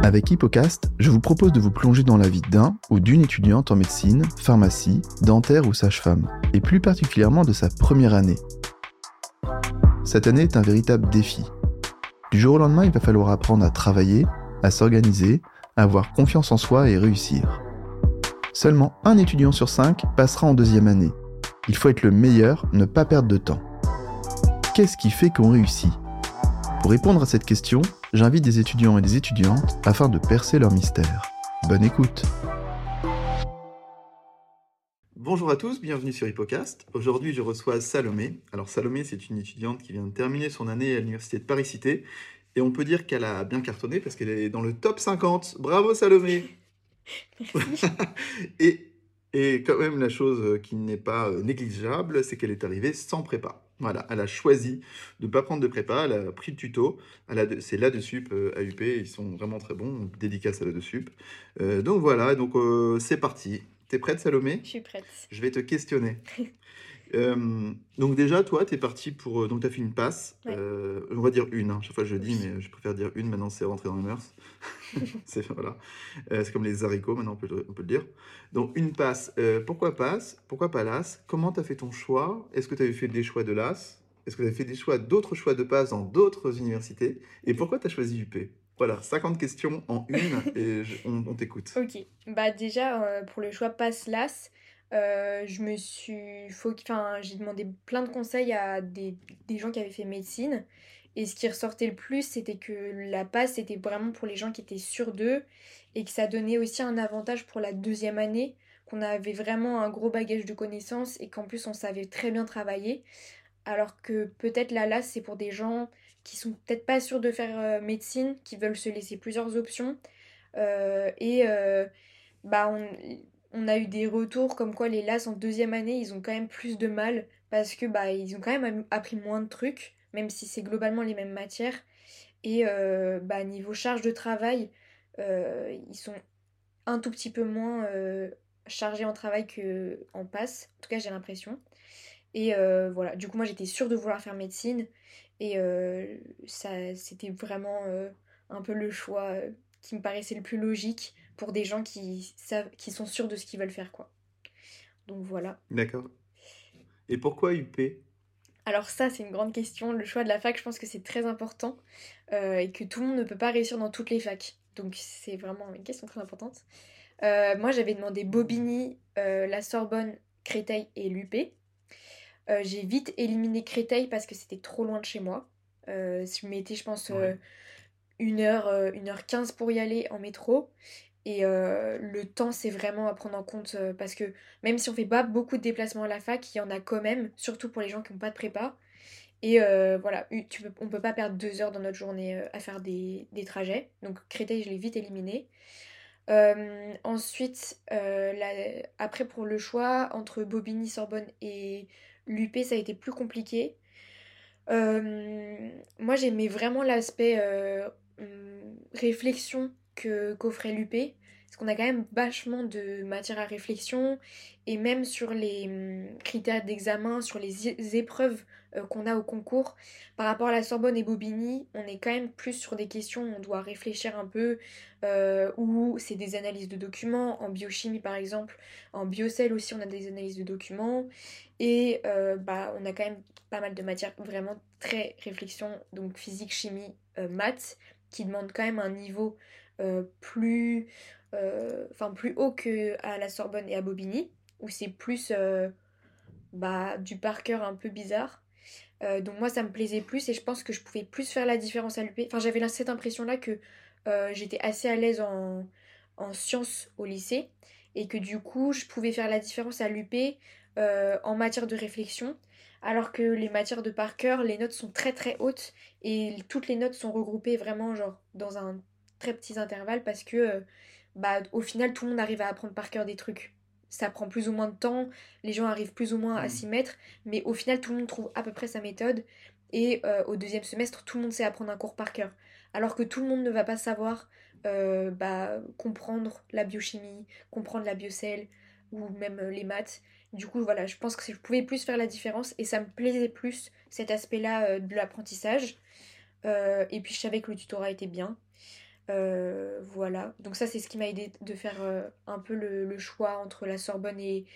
Avec Hippocast, je vous propose de vous plonger dans la vie d'un ou d'une étudiante en médecine, pharmacie, dentaire ou sage-femme, et plus particulièrement de sa première année. Cette année est un véritable défi. Du jour au lendemain, il va falloir apprendre à travailler, à s'organiser, à avoir confiance en soi et réussir. Seulement un étudiant sur 5 passera en deuxième année. Il faut être le meilleur, ne pas perdre de temps. Qu'est-ce qui fait qu'on réussit ? Pour répondre à cette question, j'invite des étudiants et des étudiantes afin de percer leur mystère. Bonne écoute. Bonjour à tous, bienvenue sur Hippocast. Aujourd'hui, je reçois Salomé. Alors Salomé, c'est une étudiante qui vient de terminer son année à l'université de Paris-Cité. Et on peut dire qu'elle a bien cartonné parce qu'elle est dans le top 50. Bravo Salomé. Merci. Et quand même, la chose qui n'est pas négligeable, c'est qu'elle est arrivée sans prépa. Voilà, elle a choisi de ne pas prendre de prépa, elle a pris le tuto. C'est l'ADESUP à UP, ils sont vraiment très bons, donc dédicace à l'ADESUP. Donc voilà, c'est parti. T'es prête, Salomé ? Je suis prête. Je vais te questionner. Donc déjà, toi, t'es parti pour... donc t'as fait une passe. Ouais. On va dire une, hein. Chaque fois je dis, Oui. mais je préfère dire une, maintenant c'est rentré dans les mœurs. Voilà. C'est comme les haricots, maintenant on peut le dire. Donc une passe. Pourquoi passe ? Pourquoi pas l'AS ? Comment t'as fait ton choix ? Est-ce que tu avais fait des choix de l'AS ? Est-ce que tu avais fait d'autres choix de passe dans d'autres universités ? Et pourquoi tu as choisi UP ? Voilà, 50 questions en une et on t'écoute. Ok. Bah déjà, pour le choix passe-LAS, j'ai demandé plein de conseils à des gens qui avaient fait médecine. Et ce qui ressortait le plus, c'était que la passe, c'était vraiment pour les gens qui étaient sûrs d'eux et que ça donnait aussi un avantage pour la deuxième année, qu'on avait vraiment un gros bagage de connaissances et qu'en plus on savait très bien travailler. Alors que peut-être la LAS, c'est pour des gens qui sont peut-être pas sûrs de faire médecine, qui veulent se laisser plusieurs options. Et bah, on a eu des retours comme quoi les LAS en deuxième année, ils ont quand même plus de mal parce que bah, ils ont quand même appris moins de trucs, même si c'est globalement les mêmes matières. Et bah, niveau charge de travail, ils sont un tout petit peu moins chargés en travail qu'en passe. En tout cas, j'ai l'impression. Et voilà, du coup, moi j'étais sûre de vouloir faire médecine. Et ça, c'était vraiment un peu le choix qui me paraissait le plus logique pour des gens qui savent, qui sont sûrs de ce qu'ils veulent faire, quoi. Donc voilà. D'accord. Et pourquoi UP ? Alors ça, c'est une grande question. Le choix de la fac, je pense que c'est très important et que tout le monde ne peut pas réussir dans toutes les facs. Donc c'est vraiment une question très importante. Moi, j'avais demandé Bobigny, la Sorbonne, Créteil et l'UP. J'ai vite éliminé Créteil parce que c'était trop loin de chez moi. Je mettais, je pense, Ouais. 1h15 pour y aller en métro. Et le temps, c'est vraiment à prendre en compte parce que même si on fait pas beaucoup de déplacements à la fac, il y en a quand même, surtout pour les gens qui n'ont pas de prépa. Et voilà, on peut pas perdre 2 heures dans notre journée à faire des trajets. Donc Créteil, je l'ai vite éliminé. Ensuite, après pour le choix entre Bobigny, Sorbonne et l'UP, ça a été plus compliqué. Moi, j'aimais vraiment l'aspect réflexion qu'offrait l'UP. Parce qu'on a quand même vachement de matière à réflexion. Et même sur les critères d'examen, sur les épreuves qu'on a au concours, par rapport à la Sorbonne et Bobigny, on est quand même plus sur des questions où on doit réfléchir un peu, où c'est des analyses de documents. En biochimie, par exemple, en biocell aussi, on a des analyses de documents. Et bah, on a quand même pas mal de matières vraiment très réflexion, donc physique, chimie, maths, qui demandent quand même un niveau plus, plus haut qu'à la Sorbonne et à Bobigny, où c'est plus bah, du par cœur un peu bizarre. Donc moi ça me plaisait plus et je pense que je pouvais plus faire la différence à l'UP. Enfin j'avais cette impression-là que j'étais assez à l'aise en sciences au lycée et que du coup je pouvais faire la différence à l'UP en matière de réflexion. Alors que les matières de par cœur, les notes sont très très hautes et toutes les notes sont regroupées vraiment genre dans un très petit intervalle parce que bah, au final tout le monde arrive à apprendre par cœur des trucs. Ça prend plus ou moins de temps, les gens arrivent plus ou moins à s'y mettre, mais au final tout le monde trouve à peu près sa méthode et au deuxième semestre tout le monde sait apprendre un cours par cœur. Alors que tout le monde ne va pas savoir bah, comprendre la biochimie, comprendre la biocell ou même les maths. Du coup, voilà, je pense que je pouvais plus faire la différence et ça me plaisait plus cet aspect-là de l'apprentissage. Et puis, je savais que le tutorat était bien. Voilà. Donc ça, c'est ce qui m'a aidé de faire un peu le choix entre la Sorbonne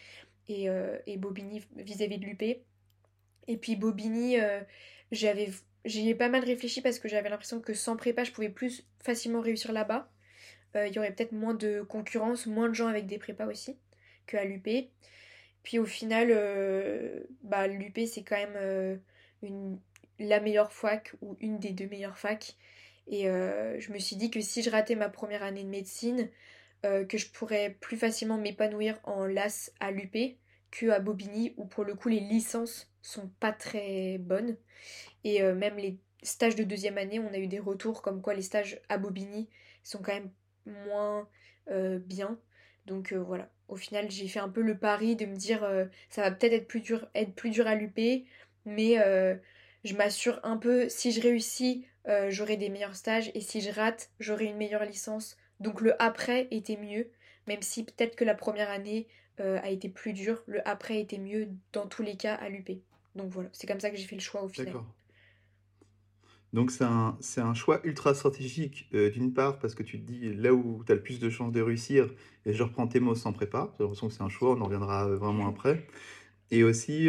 et Bobigny vis-à-vis de l'UP. Et puis Bobigny, j'avais, j'y ai pas mal réfléchi parce que j'avais l'impression que sans prépa, je pouvais plus facilement réussir là-bas. Il y aurait peut-être moins de concurrence, moins de gens avec des prépas aussi qu'à l'UP. Puis au final, bah, l'UP, c'est quand même une, la meilleure fac ou une des deux meilleures facs. Et je me suis dit que si je ratais ma première année de médecine, que je pourrais plus facilement m'épanouir en LAS à l'UP que à Bobigny, où pour le coup les licences sont pas très bonnes. Et même les stages de deuxième année, on a eu des retours comme quoi les stages à Bobigny sont quand même moins bien. Donc voilà, au final j'ai fait un peu le pari de me dire ça va peut-être être plus dur à l'UP, mais je m'assure un peu si je réussis, j'aurai des meilleurs stages et si je rate, j'aurai une meilleure licence. Donc le après était mieux, même si peut-être que la première année a été plus dure, le après était mieux dans tous les cas à l'UP. Donc voilà, c'est comme ça que j'ai fait le choix au final. D'accord. Donc c'est un choix ultra stratégique, d'une part parce que tu te dis là où tu as le plus de chances de réussir, et je reprends tes mots, sans prépa. J'ai l'impression que c'est un choix, on en reviendra vraiment après. Et aussi,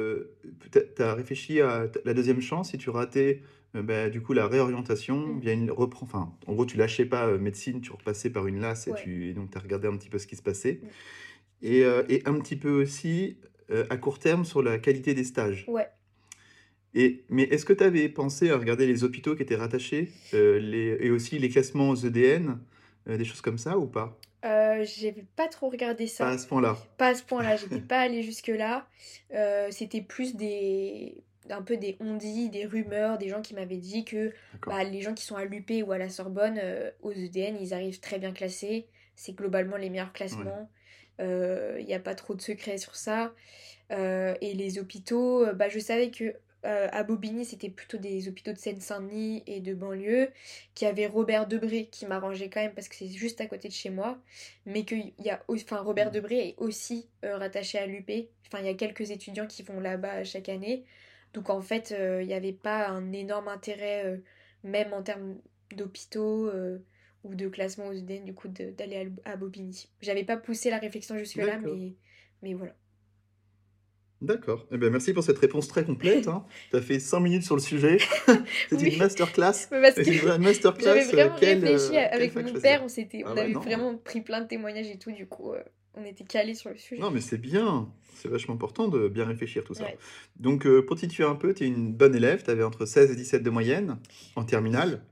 tu as réfléchi à la deuxième chance, si tu ratais bah, du coup la réorientation, Mm. via une reprend, enfin en gros tu lâchais pas médecine, tu repassais par une LAS Ouais. et donc tu as regardé un petit peu ce qui se passait. Mm. Et un petit peu aussi à court terme sur la qualité des stages. Ouais. Mais est-ce que tu avais pensé à regarder les hôpitaux qui étaient rattachés, et aussi les classements aux EDN, des choses comme ça ou pas? J'avais pas trop regardé Pas à ça. ce point-là. Pas à ce point-là, j'étais pas allée jusque-là. C'était plus un peu des on-dit, des rumeurs, des gens qui m'avaient dit que D'accord. bah, les gens qui sont à l'UP ou à la Sorbonne, aux EDN, ils arrivent très bien classés. C'est globalement les meilleurs Ouais. classements. Il n'y a pas trop de secrets sur ça. Et les hôpitaux, bah, je savais que à Bobigny, c'était plutôt des hôpitaux de Seine-Saint-Denis et de banlieue, qui avaient Robert Debré, qui m'arrangeait quand même parce que c'est juste à côté de chez moi, mais enfin, Robert Mm. Debré est aussi rattaché à l'UP. Enfin, il y a quelques étudiants qui vont là-bas chaque année. Donc en fait, il n'y avait pas un énorme intérêt, même en termes d'hôpitaux ou de classement aux UDN, du coup, d'aller à Bobigny. J'avais pas poussé la réflexion jusque-là, D'accord. mais voilà. D'accord. Eh ben, merci pour cette réponse très complète, hein. Tu as fait 5 minutes sur le sujet. C'est une Oui, masterclass. mais parce C'est que une vraie j'avais masterclass. vraiment réfléchi Quelle avec fac mon choisir? père, Ah on ouais, avait non. vraiment pris plein de témoignages et tout, du coup, on était calés sur le sujet. Non, mais c'est bien. C'est vachement important de bien réfléchir tout ça. Ouais. Donc, pour te situer un peu, tu es une bonne élève. Tu avais entre 16 et 17 de moyenne en Oui. terminale.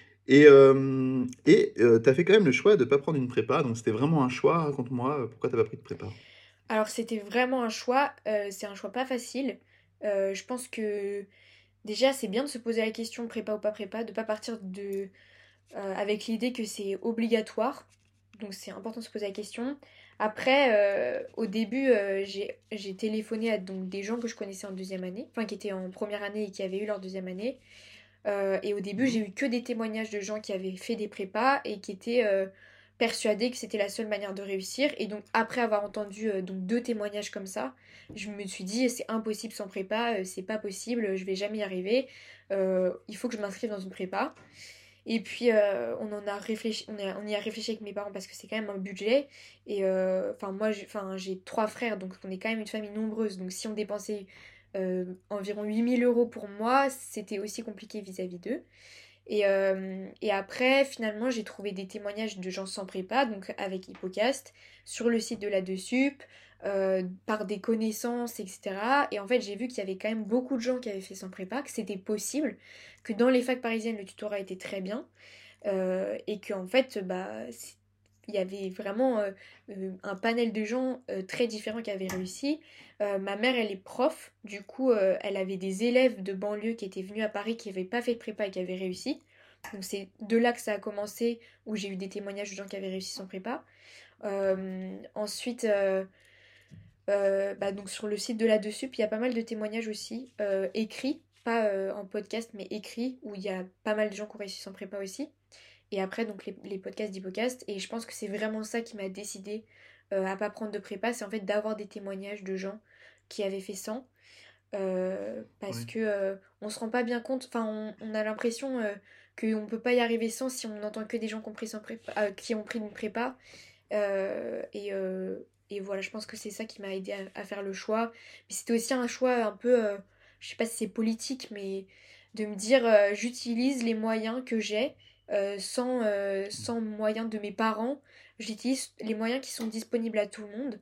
Tu as fait quand même le choix de ne pas prendre une prépa. Donc, c'était vraiment un choix. Raconte-moi pourquoi tu n'as pas pris de prépa. Alors c'était vraiment un choix, c'est un choix pas facile. Je pense que déjà c'est bien de se poser la question prépa ou pas prépa, de pas partir avec l'idée que c'est obligatoire. Donc c'est important de se poser la question. Après, au début, j'ai téléphoné à donc, des gens que je connaissais en deuxième année, enfin qui étaient en première année et qui avaient eu leur deuxième année. Et au début, j'ai Mhm. eu que des témoignages de gens qui avaient fait des prépas et qui étaient persuadés que c'était la seule manière de réussir. Et donc, après avoir entendu donc deux témoignages comme ça, je me suis dit, c'est impossible sans prépa, c'est pas possible, je vais jamais y arriver. Il faut que je m'inscrive dans une prépa. Et puis, on en a réfléchi, on y a réfléchi avec mes parents parce que c'est quand même un budget. Et enfin, j'ai trois frères, donc on est quand même une famille nombreuse. Donc, si on dépensait environ 8 000 € pour moi, c'était aussi compliqué vis-à-vis d'eux. Et après, finalement, j'ai trouvé des témoignages de gens sans prépa, donc avec Hippocast, sur le site de la DeSup, par des connaissances, etc. Et en fait, j'ai vu qu'il y avait quand même beaucoup de gens qui avaient fait sans prépa, que c'était possible, que dans les facs parisiennes, le tutorat était très bien, et qu'en fait, bah, il y avait vraiment un panel de gens très différents qui avaient réussi. Ma mère, elle est prof, du coup, elle avait des élèves de banlieue qui étaient venus à Paris qui n'avaient pas fait de prépa et qui avaient réussi. Donc c'est de là que ça a commencé, où j'ai eu des témoignages de gens qui avaient réussi sans prépa. Ensuite, bah, donc sur le site de la Dessup, il y a pas mal de témoignages aussi, écrits, pas en podcast, mais écrits, où il y a pas mal de gens qui ont réussi sans prépa aussi. Et après, donc les podcasts d'Hippocast. Et je pense que c'est vraiment ça qui m'a décidé à pas prendre de prépa, c'est en fait d'avoir des témoignages de gens qui avaient fait 100. Parce Oui. que on se rend pas bien compte, enfin on a l'impression qu'on peut pas y arriver sans si on n'entend que des gens qui ont pris une prépa. Euh, et, euh, et voilà, je pense que c'est ça qui m'a aidé à faire le choix. Mais c'était aussi un choix un peu, je sais pas si c'est politique, mais de me dire j'utilise les moyens que j'ai sans moyens de mes parents. J'utilise les moyens qui sont disponibles à tout le monde,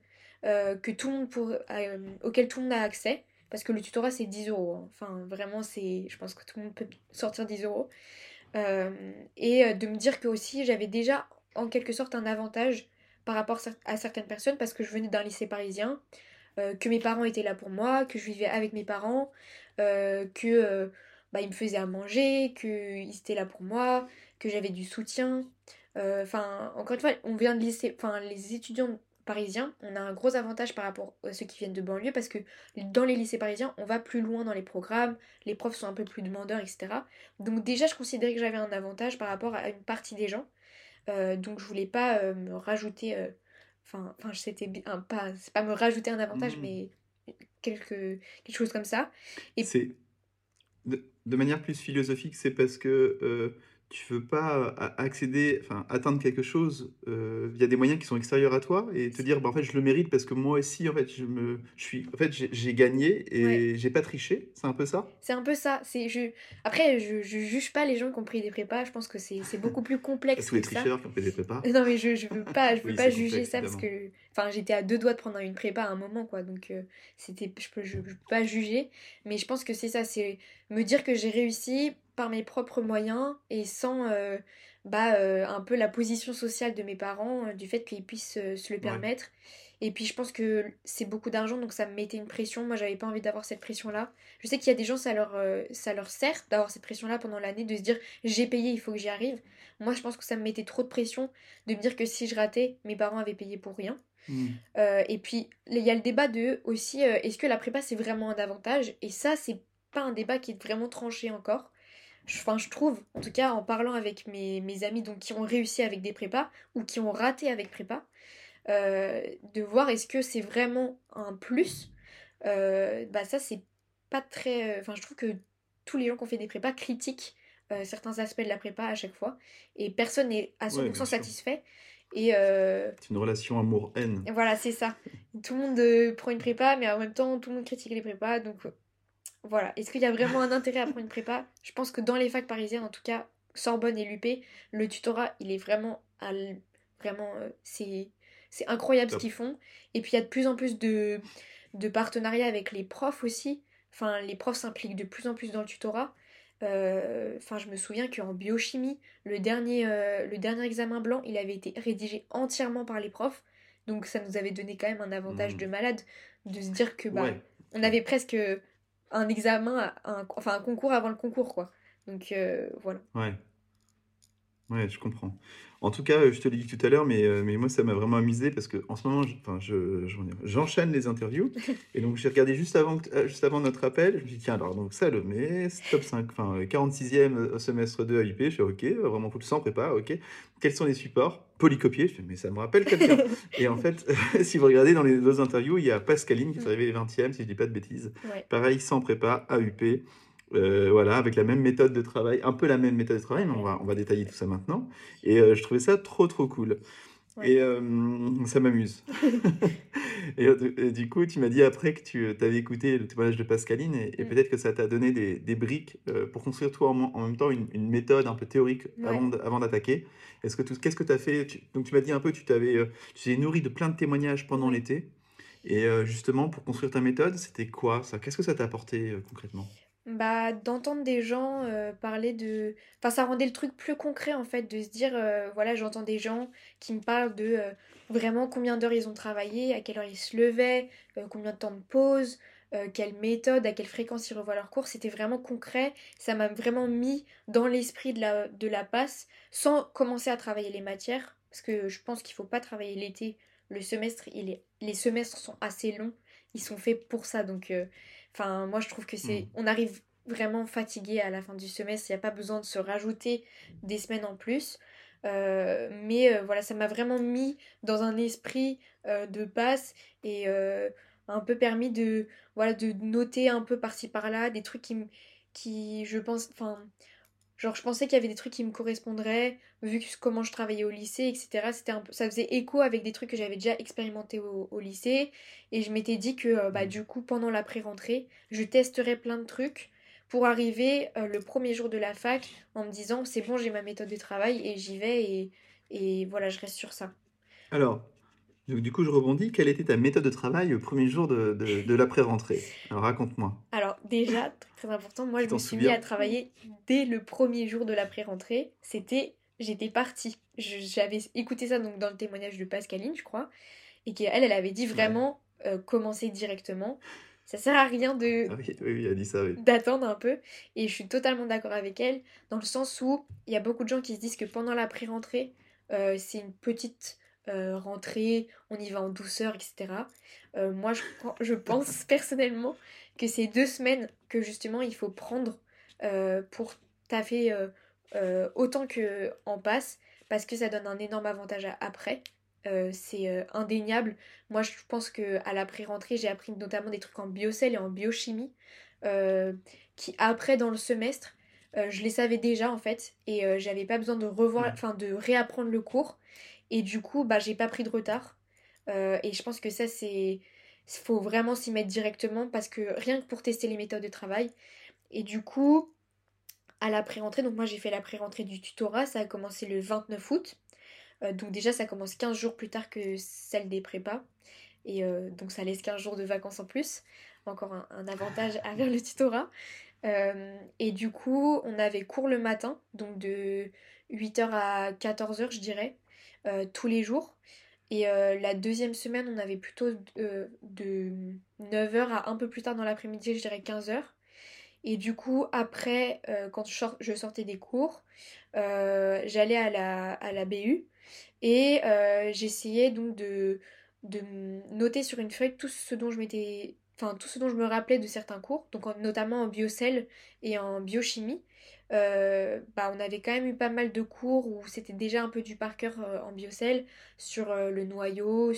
auxquels tout le monde a accès. Parce que le tutorat c'est 10 euros, hein. Enfin, vraiment, je pense que tout le monde peut sortir 10 euros. Et de me dire que aussi j'avais déjà en quelque sorte un avantage par rapport à certaines personnes parce que je venais d'un lycée parisien, que mes parents étaient là pour moi, que je vivais avec mes parents, que ils me faisaient à manger, qu'ils étaient là pour moi, que j'avais du soutien. Enfin, encore une fois, on vient de lycée, enfin les étudiants parisiens, on a un gros avantage par rapport à ceux qui viennent de banlieue parce que dans les lycées parisiens, on va plus loin dans les programmes, les profs sont un peu plus demandeurs, etc. Donc déjà, je considérais que j'avais un avantage par rapport à une partie des gens. Donc je voulais pas me rajouter... Enfin, c'est pas me rajouter un avantage, Hmm. mais quelque chose comme ça. Et C'est de manière plus philosophique, c'est parce que tu veux pas accéder, enfin atteindre quelque chose via des moyens qui sont extérieurs à toi et te dire, bah, en fait, je le mérite parce que moi aussi, en fait, en fait, j'ai gagné ouais, et j'ai pas triché. C'est un peu ça? c'est un peu ça. Après, je juge pas les gens qui ont pris des prépas, je pense que c'est beaucoup plus Pas complexe tous que les ça. tricheurs qui ont fait des prépas. Non mais je veux Oui, pas c'est juger complexe, ça parce évidemment. que enfin j'étais à 2 doigts de prendre une prépa à un moment quoi donc je peux pas juger mais je pense que c'est ça, c'est me dire que j'ai réussi par mes propres moyens et sans un peu la position sociale de mes parents, du fait qu'ils puissent se le Ouais. permettre. Et puis je pense que c'est beaucoup d'argent donc ça me mettait une pression, moi j'avais pas envie d'avoir cette pression là. Je sais qu'il y a des gens ça leur sert d'avoir cette pression là pendant l'année, de se dire j'ai payé, il faut que j'y arrive. Moi, je pense que ça me mettait trop de pression de me dire que si je ratais, mes parents avaient payé pour rien. Hmm. Et puis, il y a le débat de aussi, est-ce que la prépa c'est vraiment un avantage? Et ça, c'est pas un débat qui est vraiment tranché encore. Enfin, je trouve, en tout cas, en parlant avec mes amis donc, qui ont réussi avec des prépas ou qui ont raté avec prépa, de voir est-ce que c'est vraiment un plus. Ça, c'est pas très. Enfin, je trouve que tous les gens qui ont fait des prépas critiquent certains aspects de la prépa à chaque fois. Et personne n'est à Ouais, bien 100% sûr. satisfait. Et C'est une relation amour-haine. voilà, c'est ça. Tout le monde prend une prépa, mais en même temps, tout le monde critique les prépas. Donc voilà. Est-ce qu'il y a vraiment un intérêt à prendre une prépa? Je pense que dans les facs parisiennes, en tout cas, Sorbonne et l'UP, le tutorat, il est vraiment, c'est incroyable ce Top. qu'ils font. Et puis il y a de plus en plus de partenariats avec les profs aussi. Enfin, les profs s'impliquent de plus en plus dans le tutorat. Enfin, je me souviens qu'en biochimie, le dernier examen blanc, il avait été rédigé entièrement par les profs. Donc ça nous avait donné quand même un avantage de Hmm. malade de se dire que Ouais. on Ouais. avait presque un examen, enfin un concours avant le concours, quoi. Donc voilà. Ouais. Ouais, je comprends. En tout cas, je te l'ai dit tout à l'heure, mais moi, ça m'a vraiment amusé parce que en ce moment, enfin, j'enchaîne les interviews. Et donc, j'ai regardé juste avant notre appel. Je me suis dit, tiens, alors, donc, Salomé, top 5, enfin, 46e au semestre 2 à UP. Je fais, ok, vraiment full sans prépa, ok. Quels sont les supports? Polycopier. Je fais, mais ça me rappelle quelqu'un. Et en fait, si vous regardez dans les deux interviews, il y a Pascaline qui est Mm. arrivée 20e, si je dis pas de bêtises. Ouais, Pareil, sans prépa, à UP. Voilà, avec la même méthode de travail, un peu la même méthode de travail, mais on va détailler tout ça maintenant. Et je trouvais ça trop trop cool. ouais. Et ça m'amuse. Et du coup, tu m'as dit après que tu avais écouté le témoignage de Pascaline et Mm. peut-être que ça t'a donné des briques pour construire toi en même temps une méthode un peu théorique Ouais. avant d'attaquer. Qu'est-ce que tu as fait? Donc tu m'as dit un peu, tu t'es nourri de plein de témoignages pendant Ouais. l'été. Et justement, pour construire ta méthode, c'était quoi ça? Qu'est-ce que ça t'a apporté concrètement? D'entendre des gens parler de... Enfin, ça rendait le truc plus concret, en fait, de se dire, voilà, j'entends des gens qui me parlent de vraiment combien d'heures ils ont travaillé, à quelle heure ils se levaient, combien de temps de pause, quelle méthode, à quelle fréquence ils revoient leurs cours. C'était vraiment concret. Ça m'a vraiment mis dans l'esprit de la passe, sans commencer à travailler les matières, parce que je pense qu'il faut pas travailler l'été. Le semestre, les semestres sont assez longs. Ils sont faits pour ça, donc... Enfin, moi, je trouve que Hmm. on arrive vraiment fatigué à la fin du semestre. Il n'y a pas besoin de se rajouter des semaines en plus. Mais voilà, ça m'a vraiment mis dans un esprit de passe et un peu permis voilà, de noter un peu par-ci par-là des trucs qui, je pense, enfin, Genre, je pensais qu'il y avait des trucs qui me correspondraient, vu comment je travaillais au lycée, etc. C'était un peu, ça faisait écho avec des trucs que j'avais déjà expérimenté au lycée. Et je m'étais dit que, bah, du coup, pendant la pré-rentrée, je testerais plein de trucs pour arriver le premier jour de la fac en me disant, c'est bon, j'ai ma méthode de travail et j'y vais et voilà, je reste sur ça. Alors, du coup, je rebondis. Quelle était ta méthode de travail au premier jour de l'après-rentrée? Alors, raconte-moi. Alors déjà, très important, moi Tu je me t'en suis mis à souviens? travailler dès le premier jour de la pré-rentrée. J'étais partie. J'avais écouté ça donc dans le témoignage de Pascaline, je crois, et qu'elle, elle avait dit Ouais. vraiment commencer directement. Ça sert à rien Ah oui, oui, oui, elle a dit ça, oui. d'attendre un peu, et je suis totalement d'accord avec elle, dans le sens où il y a beaucoup de gens qui se disent que pendant la pré-rentrée, c'est une petite rentrée, on y va en douceur, etc. Moi, je pense personnellement que c'est 2 semaines que justement il faut prendre pour taffer autant que en passe, parce que ça donne un énorme avantage après. C'est indéniable. Moi, je pense que à la pré-rentrée, j'ai appris notamment des trucs en biocell et en biochimie euh, qui après dans le semestre, je les savais déjà en fait et j'avais pas besoin de revoir, Ouais. enfin de réapprendre le cours et du coup bah j'ai pas pris de retard. Et je pense que ça c'est faut vraiment s'y mettre directement parce que rien que pour tester les méthodes de travail et du coup à la pré-rentrée, donc moi j'ai fait la pré-rentrée du tutorat, ça a commencé le 29 août. Donc déjà ça commence 15 jours plus tard que celle des prépas et donc ça laisse 15 jours de vacances en plus, encore un avantage à faire le tutorat. Et du coup, on avait cours le matin, donc de 8h à 14h, je dirais, tous les jours. Et la deuxième semaine, on avait plutôt de 9h à un peu plus tard dans l'après-midi, je dirais 15h. Et du coup, après, quand je sortais des cours, j'allais à la BU et j'essayais donc de noter sur une feuille tout ce dont je m'étais. Enfin, tout ce dont je me rappelais de certains cours, donc notamment en biocell et en biochimie. Bah, on avait quand même eu pas mal de cours où c'était déjà un peu du par cœur en biocell, sur le noyau,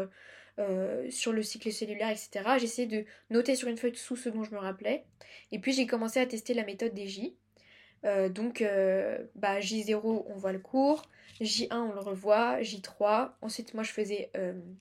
sur le cycle cellulaire, etc. J'essayais de noter sur une feuille tout ce dont je me rappelais. Et puis j'ai commencé à tester la méthode des J. Donc, bah, J0, on voit le cours. J1, on le revoit. J3. Ensuite, moi, je faisais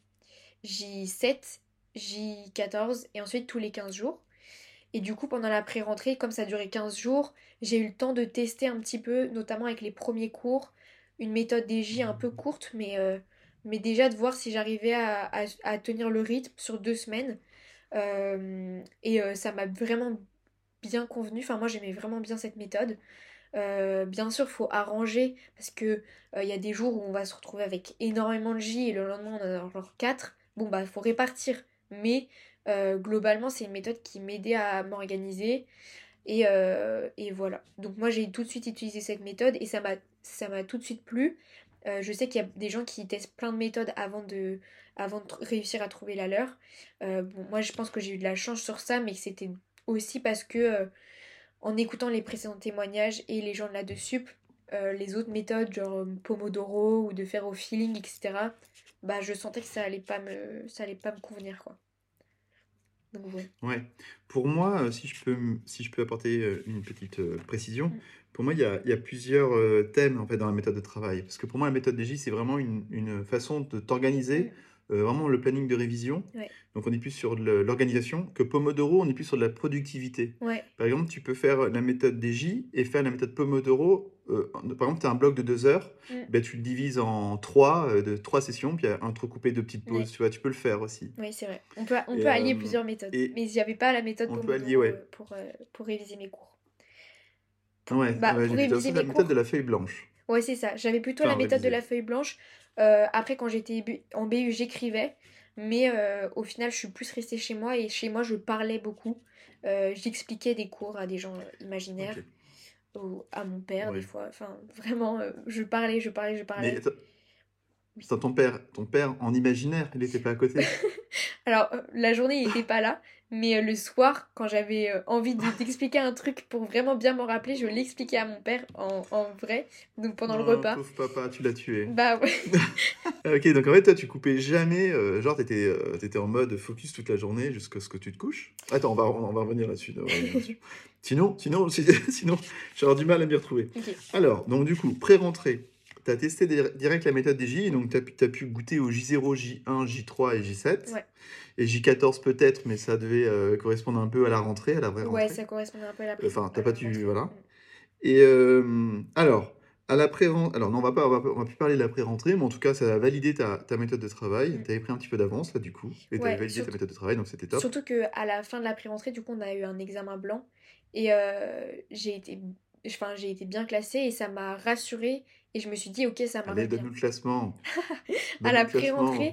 J7, J14 et ensuite tous les 15 jours. Et du coup, pendant la pré-rentrée, comme ça durait 15 jours, j'ai eu le temps de tester un petit peu, notamment avec les premiers cours, une méthode des J un peu courte, mais déjà de voir si j'arrivais à tenir le rythme sur 2 semaines. Et ça m'a vraiment bien convenu. Enfin, moi, j'aimais vraiment bien cette méthode. Bien sûr, faut arranger parce que il y a des jours où on va se retrouver avec énormément de J et le lendemain on en a genre 4. Bon bah faut répartir. Mais globalement, c'est une méthode qui m'aidait à m'organiser et voilà. Donc moi j'ai tout de suite utilisé cette méthode et ça m'a tout de suite plu. Je sais qu'il y a des gens qui testent plein de méthodes avant de réussir à trouver la leur. Bon, moi je pense que j'ai eu de la chance sur ça, mais c'était aussi parce que en écoutant les précédents témoignages et les gens de la dessus, les autres méthodes, genre Pomodoro ou de faire au feeling, etc., bah je sentais que ça allait pas me convenir, quoi. Donc voilà. Ouais. Pour moi, si je peux apporter une petite précision, Mm. pour moi, il y a plusieurs thèmes en fait dans la méthode de travail. Parce que pour moi, la méthode DJ, c'est vraiment une façon de t'organiser, Mm. vraiment le planning de révision. Ouais. Donc, on est plus sur de l'organisation que Pomodoro, on est plus sur de la productivité. Ouais. Par exemple, tu peux faire la méthode DJ et faire la méthode Pomodoro. Par exemple, tu as un bloc de 2 heures, Mm. ben, tu le divises en trois sessions, puis entrecoupé de petites pauses. Ouais. Tu vois, tu peux le faire aussi. Oui, c'est vrai. On peut Et, allier plusieurs méthodes. et Mais j'avais pas la méthode on peut allier, Pomodoro ouais. pour réviser mes cours. Ouais, Bah, ouais, pour j'ai vu. T'as réviser aussi la mes méthode de cours, la feuille blanche. ouais, c'est ça. J'avais plutôt la Enfin, méthode de réviser. la feuille blanche. Après, quand j'étais en BU, j'écrivais. Mais au final, je suis plus restée chez moi. Et chez moi, je parlais beaucoup. J'expliquais des cours à des gens imaginaires. Ok. Ou à mon père, des Ouais. fois. Enfin, vraiment, je parlais, je parlais, je Mais parlais. attends, Oui. Attends, ton père en imaginaire, il était pas à côté? Alors, la journée, il était pas là, mais le soir, quand j'avais envie d'expliquer un truc pour vraiment bien m'en rappeler, je l'expliquais à mon père en vrai, donc pendant le Oh, repas. pauvre papa, tu l'as tué. Bah ouais. Ah, OK, donc en fait, toi, tu coupais jamais, genre tu étais en mode focus toute la journée jusqu'à ce que tu te couches? Attends, on va revenir là-dessus, on va revenir là-dessus. Sinon sinon, je vais avoir du mal à m'y retrouver. Ok. Alors, donc du coup, pré-rentrée, tu as testé direct la méthode des J, donc tu as pu goûter au J0, J1, J3 et J7 Ouais. et J14 peut-être, mais ça devait, correspondre un peu à la rentrée, à la vraie Ouais, rentrée. ça correspondait un peu à la Enfin, tu à la pas dû rentrée. voilà. Et alors, à la alors non, on va plus parler de la pré-rentrée, mais en tout cas, ça a validé ta méthode de travail. Mm. Tu avais pris un petit peu d'avance là, du coup, et tu avais Ouais, validé ta méthode de travail, donc c'était top. surtout que à la fin de la pré-rentrée, du coup, on a eu un examen blanc et j'ai été bien classée et ça m'a rassurée et je me suis dit, ok, ça Allez, m'arrive bien. donne-nous le classement. À Donne-nous la le classement. pré-rentrée,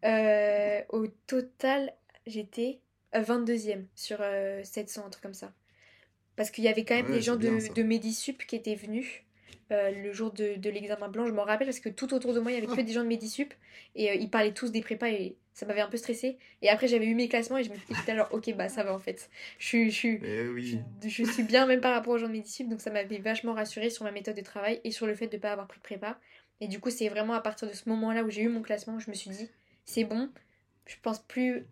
au total, j'étais 22e sur 700, un truc comme ça. Parce qu'il y avait quand même des Ouais, gens c'est bien ça. de Medisup qui étaient venus le jour de l'examen blanc. Je m'en rappelle parce que tout autour de moi, il y avait que Ah, des gens de Medisup et ils parlaient tous des prépas et ça m'avait un peu stressée. Et après, j'avais eu mes classements et j'étais alors, ok, bah ça va en fait. Je, suis- je, suis- eh oui. je suis bien même par rapport aux gens de Medisup, donc ça m'avait vachement rassurée sur ma méthode de travail et sur le fait de ne pas avoir pris de prépa. Et du coup, c'est vraiment à partir de ce moment-là où j'ai eu mon classement, je me suis dit, c'est bon, je pense plus.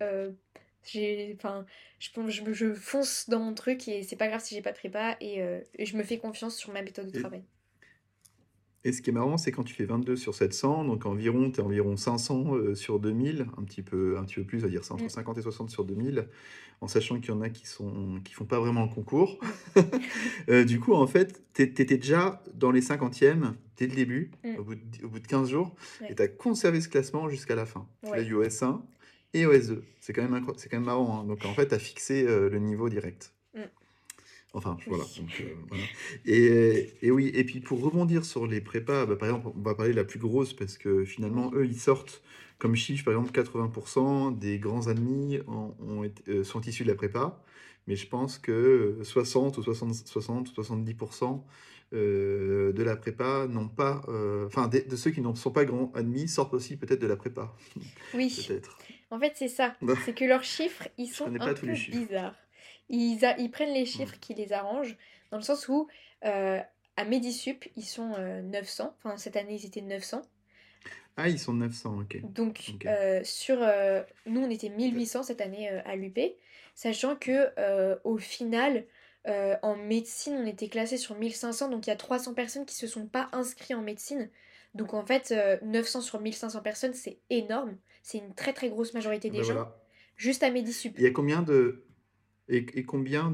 Enfin, je fonce dans mon truc et c'est pas grave si j'ai pas de prépa et je me fais confiance sur ma méthode de Et, travail. et ce qui est marrant, c'est quand tu fais 22 sur 700, donc environ, tu es environ 500 sur 2000, un petit peu plus, à dire ça, entre Mm, 50 et 60 sur 2000, en sachant qu'il y en a qui font pas vraiment le concours. mm, Du coup, en fait, tu étais déjà dans les 50e dès le début, mm, au bout de 15 jours, et ouais, tu as conservé ce classement jusqu'à la fin. Tu l'as ouais, eu au S1 et au S2. C'est quand même marrant, hein. Donc, en fait, tu as fixé le niveau direct. mm, Enfin, voilà. oui. Donc, voilà. Et oui, et puis pour rebondir sur les prépas, bah, par exemple, on va parler de la plus grosse parce que finalement, Oui. eux, ils sortent comme chiffre, par exemple, 80% des grands admis sont issus de la prépa. Mais je pense que 60 ou 60 ou 70% de la prépa n'ont pas. Enfin, de ceux qui ne sont pas grands admis sortent aussi peut-être de la prépa. Oui. Peut-être. En fait, c'est ça. C'est que leurs chiffres, ils Je sont connais un pas tous les peu chiffres. bizarres. Ils prennent les Hmm. chiffres qui les arrangent, dans le sens où à Medisup, ils sont 900. Enfin, cette année, ils étaient 900. Ah, ils sont 900, ok. Donc, Ok. nous, on était 1800 cette année à l'UP, sachant que au final, en médecine, on était classé sur 1500, donc il y a 300 personnes qui se sont pas inscrites en médecine. Donc, en fait, 900 sur 1500 personnes, c'est énorme. C'est une très très grosse majorité des Ben gens, voilà. juste à Medisup. Il y a combien et combien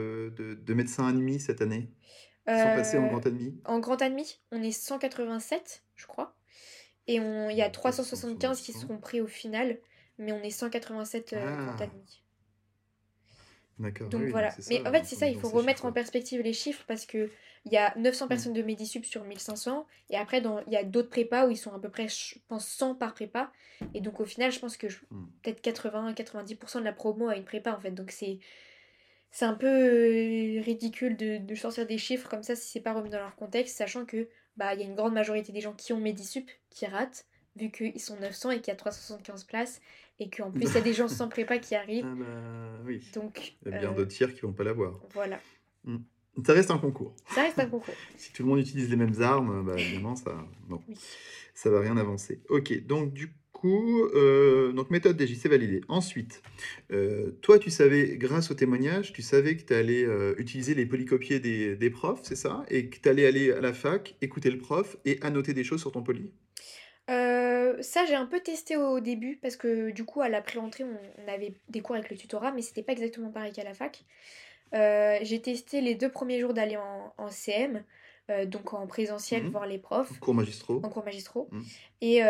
de médecins admis cette année qui sont passés en Euh, grand admis? En grand admis, on est 187, je crois. Et il y a Bon, 900 sur 375 qui 900. seront pris au final, mais on est 187 grand Ah, admis. d'accord, Donc oui, donc voilà. c'est ça, Mais en fait, c'est on ça, est il dans faut ces remettre en chiffres-là. perspective les chiffres parce que il y a 900 Hmm, personnes de Medisup sur 1500 et après, il y a d'autres prépas où ils sont à peu près, je pense, 100 par prépa. Et donc au final, je pense que hmm. peut-être 80-90% de la promo a une prépa en fait. Donc c'est un peu ridicule de sortir des chiffres comme ça si c'est pas remis dans leur contexte, sachant que bah il y a une grande majorité des gens qui ont Medisup qui ratent, vu qu'ils sont 900 et qu'il y a 375 places, et qu'en plus il y a des gens sans prépa qui arrivent. Ah bah oui, Donc il y a bien d'autres tiers qui vont pas l'avoir. voilà. Hmm. Ça reste un concours. Ça reste un concours. Si tout le monde utilise les mêmes armes, bah évidemment, non, Oui. ça va rien avancer. Ok, donc du coup, donc méthode DJ, c'est validé. Ensuite, toi, tu savais, grâce au témoignage, tu savais que tu allais utiliser les polycopiés des profs, c'est ça? Et que tu allais aller à la fac, écouter le prof et annoter des choses sur ton poly? Ça, j'ai un peu testé au début parce que du coup, à la pré-entrée, on avait des cours avec le tutorat, mais c'était pas exactement pareil qu'à la fac. J'ai testé les 2 premiers jours d'aller en CM, donc en présentiel, Mhm. voir les profs, Cours magistraux. en cours magistraux. Mhm. Et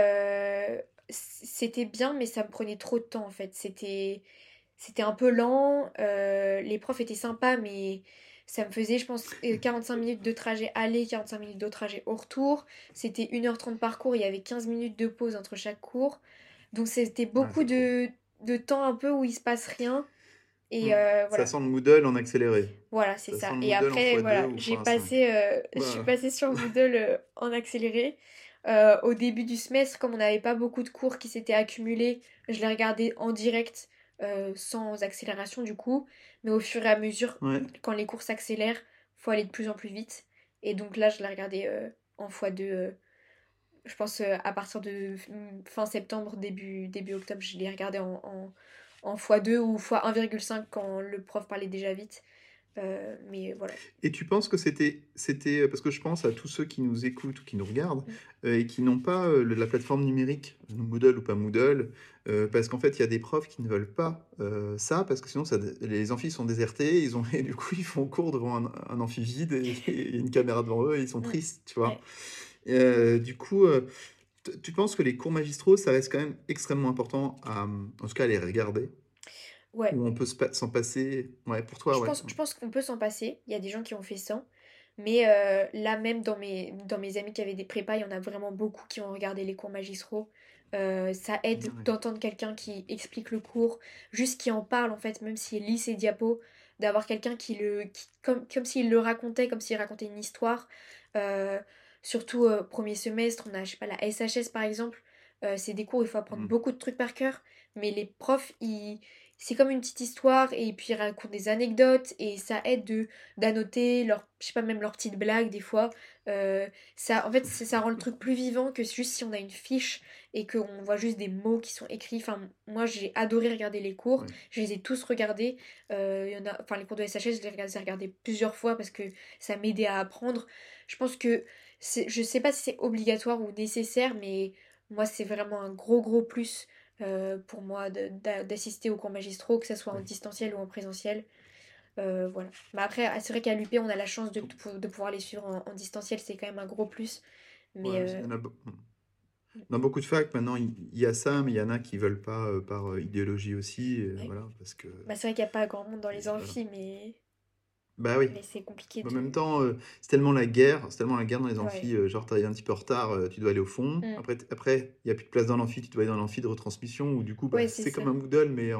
c'était bien, mais ça me prenait trop de temps en fait. C'était un peu lent, les profs étaient sympas, mais ça me faisait, je pense, 45 minutes de trajet aller, 45 minutes de trajet au retour. C'était 1h30 par cours, il y avait 15 minutes de pause entre chaque cours. Donc c'était Ah, beaucoup c'est trop. de temps un peu où il se passe rien. Et Mhm. Ça voilà. sent le Moodle en accéléré. Voilà, c'est Ça sent ça. le Et Moodle en après, x2 voilà, ou j'ai x5. passé, je suis Voilà. passée sur Moodle en accéléré. Au début du semestre, comme on n'avait pas beaucoup de cours qui s'étaient accumulés, je les regardais en direct, sans accélération du coup. Mais au fur et à mesure, Ouais. quand les cours s'accélèrent, faut aller de plus en plus vite. Et donc là, je les regardais en x2. Je pense à partir de fin septembre, début octobre, je les regardais en x2 ou x1,5 quand le prof parlait déjà vite. Mais voilà. Et tu penses que c'était parce que je pense à tous ceux qui nous écoutent ou qui nous regardent Mm. et qui n'ont pas la plateforme numérique, Moodle ou pas Moodle, parce qu'en fait, il y a des profs qui ne veulent pas ça, parce que sinon, les amphis sont désertés, et du coup, ils font cours devant un amphi vide et une caméra devant eux, et ils sont Mm. tristes, tu vois. Ouais. Du coup, tu penses que les cours magistraux, ça reste quand même extrêmement important en tout cas, à les regarder, Ouais. ou on peut s'en passer? Ouais, pour toi, ouais. Je pense qu'on peut s'en passer. Il y a des gens qui ont fait ça. Mais là même dans mes amis qui avaient des prépas, il y en a vraiment beaucoup qui ont regardé les cours magistraux. Ça aide Ouais. d'entendre quelqu'un qui explique le cours, juste qui en parle en fait, même s'il lit ses diapos, d'avoir quelqu'un comme s'il le racontait, comme s'il racontait une histoire. Euh, Surtout premier semestre, on a, je sais pas, la SHS par exemple. C'est des cours où il faut apprendre Mm. beaucoup de trucs par cœur, mais les profs, c'est comme une petite histoire et puis ils racontent des anecdotes et ça aide d'annoter leur, je sais pas, même leurs petites blagues des fois. Ça, en fait, ça rend le truc plus vivant que juste si on a une fiche et qu'on voit juste des mots qui sont écrits. Enfin, moi, j'ai adoré regarder les cours. Ouais. Je les ai tous regardés. Il y en a, enfin, les cours de SHS, je les ai regardés plusieurs fois parce que ça m'aidait à apprendre. Je pense que je sais pas si c'est obligatoire ou nécessaire, mais moi, c'est vraiment un gros plus pour moi d'assister aux cours magistraux, que ce soit en Ouais. distanciel ou en présentiel. Voilà. Mais après, c'est vrai qu'à l'UP, on a la chance Donc, de pouvoir les suivre en distanciel, c'est quand même un gros plus. Mais ouais, dans beaucoup de facs, maintenant, il y a ça, mais il y en a qui veulent pas par idéologie aussi, ouais. voilà, parce que Bah, c'est vrai qu'il n'y a pas grand monde dans les voilà. amphis, Bah oui. mais c'est compliqué En de. même temps, c'est tellement la guerre dans les Ouais. amphis, genre t'arrives un petit peu en retard, tu dois aller au fond. Mm. Après, il y a plus de place dans l'amphi, tu dois aller dans l'amphi de retransmission, où du coup, bah, Ouais, c'est c'est ça. comme un Moodle, mais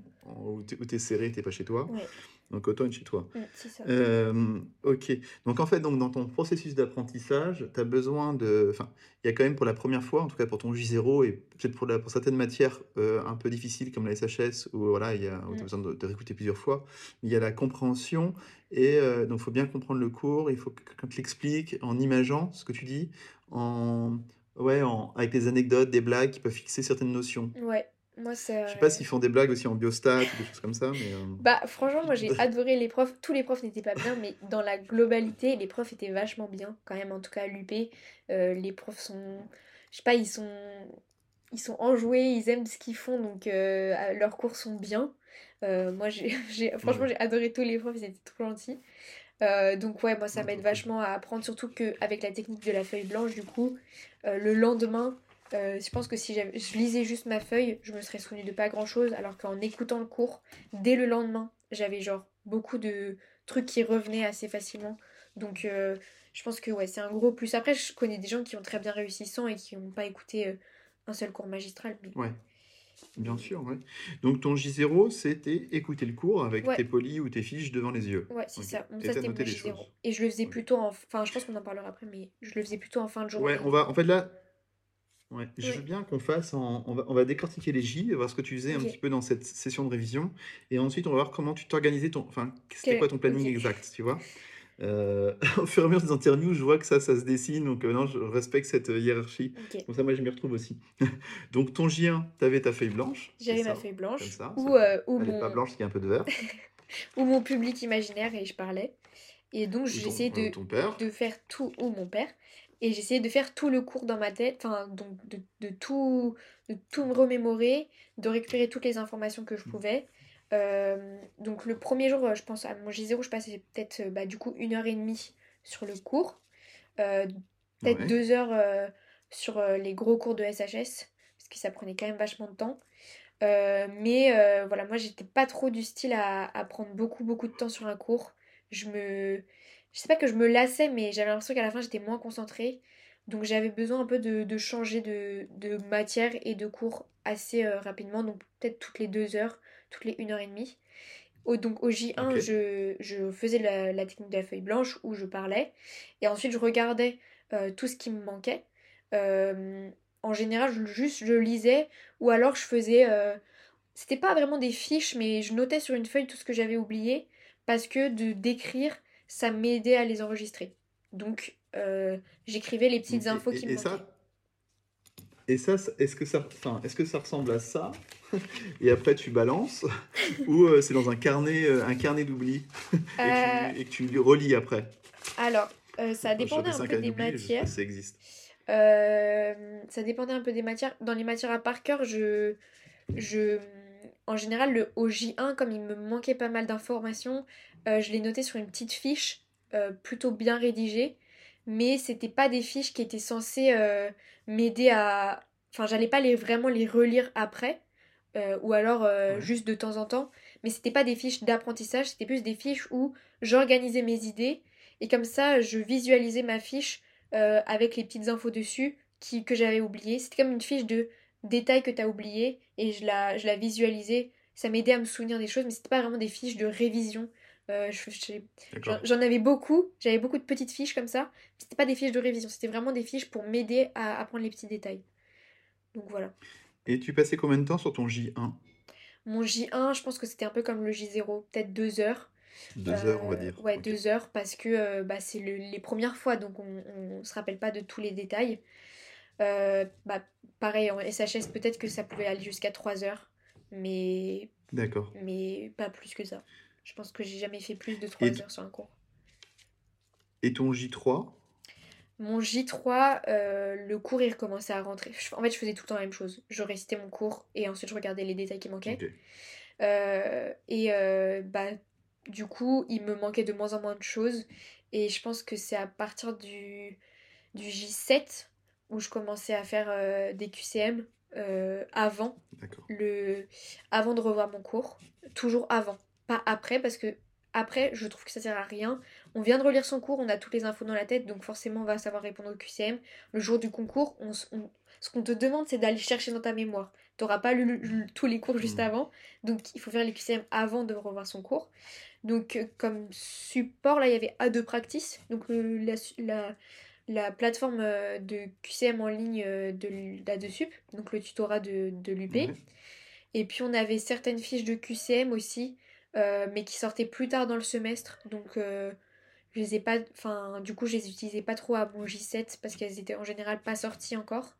où t'es serré, t'es pas chez toi. Ouais. Donc autant être chez toi. C'est ça. Ok. Donc en fait, donc, dans ton processus d'apprentissage, tu as besoin de... Enfin, il y a quand même pour la première fois, en tout cas pour ton J0, et peut-être pour certaines matières un peu difficiles comme la SHS, où voilà, où tu as Mm. besoin de réécouter plusieurs fois, il y a la compréhension, et donc il faut bien comprendre le cours, il faut que quelqu'un te l'explique en imageant ce que tu dis, en... Ouais, avec des anecdotes, des blagues qui peuvent fixer certaines notions. Ouais. Moi, c'est. Je sais pas s'ils font des blagues aussi en biostat ou des choses comme ça, mais... Bah, franchement, moi j'ai adoré les profs. Tous les profs n'étaient pas bien, mais dans la globalité, les profs étaient vachement bien, quand même, en tout cas à l'UP. Les profs sont. Je sais pas, ils sont enjoués, ils aiment ce qu'ils font, donc leurs cours sont bien. Moi, franchement, Ouais. j'ai adoré tous les profs, ils étaient trop gentils. Donc, ouais, moi ça Ouais, m'aide trop cool. vachement à apprendre, surtout qu'avec la technique de la feuille blanche, du coup, le lendemain. Je pense que si je lisais juste ma feuille, je me serais souvenu de pas grand chose, alors qu'en écoutant le cours, dès le lendemain, j'avais genre beaucoup de trucs qui revenaient assez facilement. Donc je pense que ouais, c'est un gros plus. Après, je connais des gens qui ont très bien réussi sans et qui n'ont pas écouté un seul cours magistral. Ouais. Bien Mais- sûr, ouais. Donc ton J0, c'était écouter le cours avec tes Ouais, polis ou tes fiches devant les yeux. ouais, c'est Ok. ça. Bon, Et ça, t'as c'était mon noté des J0. choses. Et je le faisais Ok. plutôt en. Enfin, je pense qu'on en parlera après, mais je le faisais plutôt en fin de Ouais, journée. en fait là, ouais, je veux Ouais, bien qu'on fasse, on va décortiquer les J, voir ce que tu faisais un petit ok. peu dans cette session de révision, et ensuite on va voir comment tu t'organisais enfin, c'était quoi ton Ok. planning exact, tu vois? Au fur et à mesure des interviews, je vois que ça se dessine, donc non, je respecte cette hiérarchie. Ok. Comme ça, moi, je m'y retrouve aussi. Donc ton J1, t'avais ta feuille blanche, c'est J'avais ma ça, feuille comme blanche ça. ou Elle est pas blanche, parce qu'il y a un peu de vert. ou mon public imaginaire et je parlais. Et donc Ou j'essayais ton père. de faire tout, ou mon père, et j'essayais de faire tout le cours dans ma tête, enfin donc de tout me remémorer, de récupérer toutes les informations que je pouvais. Donc le premier jour, je pense à mon J0, je passais peut-être bah, du coup 1h30 sur le cours, euh, peut-être Ouais. 2 heures sur les gros cours de SHS, parce que ça prenait quand même vachement de temps. Mais voilà, moi j'étais pas trop du style à prendre beaucoup de temps sur un cours. Je sais pas que je me lassais, mais j'avais l'impression qu'à la fin j'étais moins concentrée. Donc j'avais besoin un peu de changer de matière et de cours assez rapidement, donc peut-être toutes les 2 heures, toutes les 1h30. Donc au Ok. J1, je faisais la technique de la feuille blanche où je parlais. Et ensuite je regardais tout ce qui me manquait. Euh, En général, je lisais, ou alors je faisais... c'était pas vraiment des fiches, mais je notais sur une feuille tout ce que j'avais oublié, parce que de d'écrire, ça m'aidait à les enregistrer. Donc, j'écrivais les petites Ok. infos qui me manquaient. Et ça, est-ce que ça ressemble à ça? Et après tu balances? Ou c'est dans un carnet d'oubli Euh, et que tu relis après? alors, ça Enfin, dépendait j'appelle un ça un peu carnet des d'oubli, je sais pas matières. si ça existe. Ça dépendait un peu des matières. Dans les matières à par cœur, je, en général, au J1, comme il me manquait pas mal d'informations, je l'ai noté sur une petite fiche plutôt bien rédigée. Mais c'était pas des fiches qui étaient censées m'aider à. Enfin, j'allais pas vraiment les relire après, ou alors Ouais. juste de temps en temps. Mais c'était pas des fiches d'apprentissage, c'était plus des fiches où j'organisais mes idées. Et comme ça, je visualisais ma fiche avec les petites infos dessus que j'avais oubliées. C'était comme une fiche de détails que tu as oubliés et je la visualisais. Ça m'aidait à me souvenir des choses, mais c'était pas vraiment des fiches de révision. D'accord. J'en avais beaucoup, j'avais beaucoup de petites fiches comme ça. C'était pas des fiches de révision, c'était vraiment des fiches pour m'aider à apprendre les petits détails. Donc voilà. Et tu passais combien de temps sur ton J1? Mon J1, je pense que c'était un peu comme le J0, peut-être 2 heures. 2 heures, on va dire. Ouais, Ok. 2 heures parce que bah, c'est les premières fois, donc on se rappelle pas de tous les détails. Bah, pareil, en SHS, peut-être que ça pouvait aller jusqu'à 3 heures, mais, D'accord. mais pas plus que ça. Je pense que j'ai jamais fait plus de Et, 3 heures sur un cours. et ton J3? Mon J3, le cours, il recommençait à rentrer. En fait, je faisais tout le temps la même chose. Je récitais mon cours et ensuite je regardais les détails qui manquaient. Ok. Bah, du coup, il me manquait de moins en moins de choses. Et je pense que c'est à partir du J7 où je commençais à faire des QCM avant, D'accord. le, avant de revoir mon cours. Toujours avant, pas après, parce que après, je trouve que ça sert à rien. On vient de relire son cours, on a toutes les infos dans la tête, donc forcément on va savoir répondre au QCM. Le jour du concours, ce qu'on te demande, c'est d'aller chercher dans ta mémoire. T'auras pas lu tous les cours juste Hmm. avant, donc il faut faire les QCM avant de revoir son cours. Donc comme support, là, il y avait A2 Practice, donc la plateforme de QCM en ligne de la DeSup, donc le tutorat de l'UP. Ouais. Et puis on avait certaines fiches de QCM aussi, mais qui sortaient plus tard dans le semestre, donc je les ai pas, enfin du coup je les utilisais pas trop à mon J7 parce qu'elles étaient en général pas sorties encore.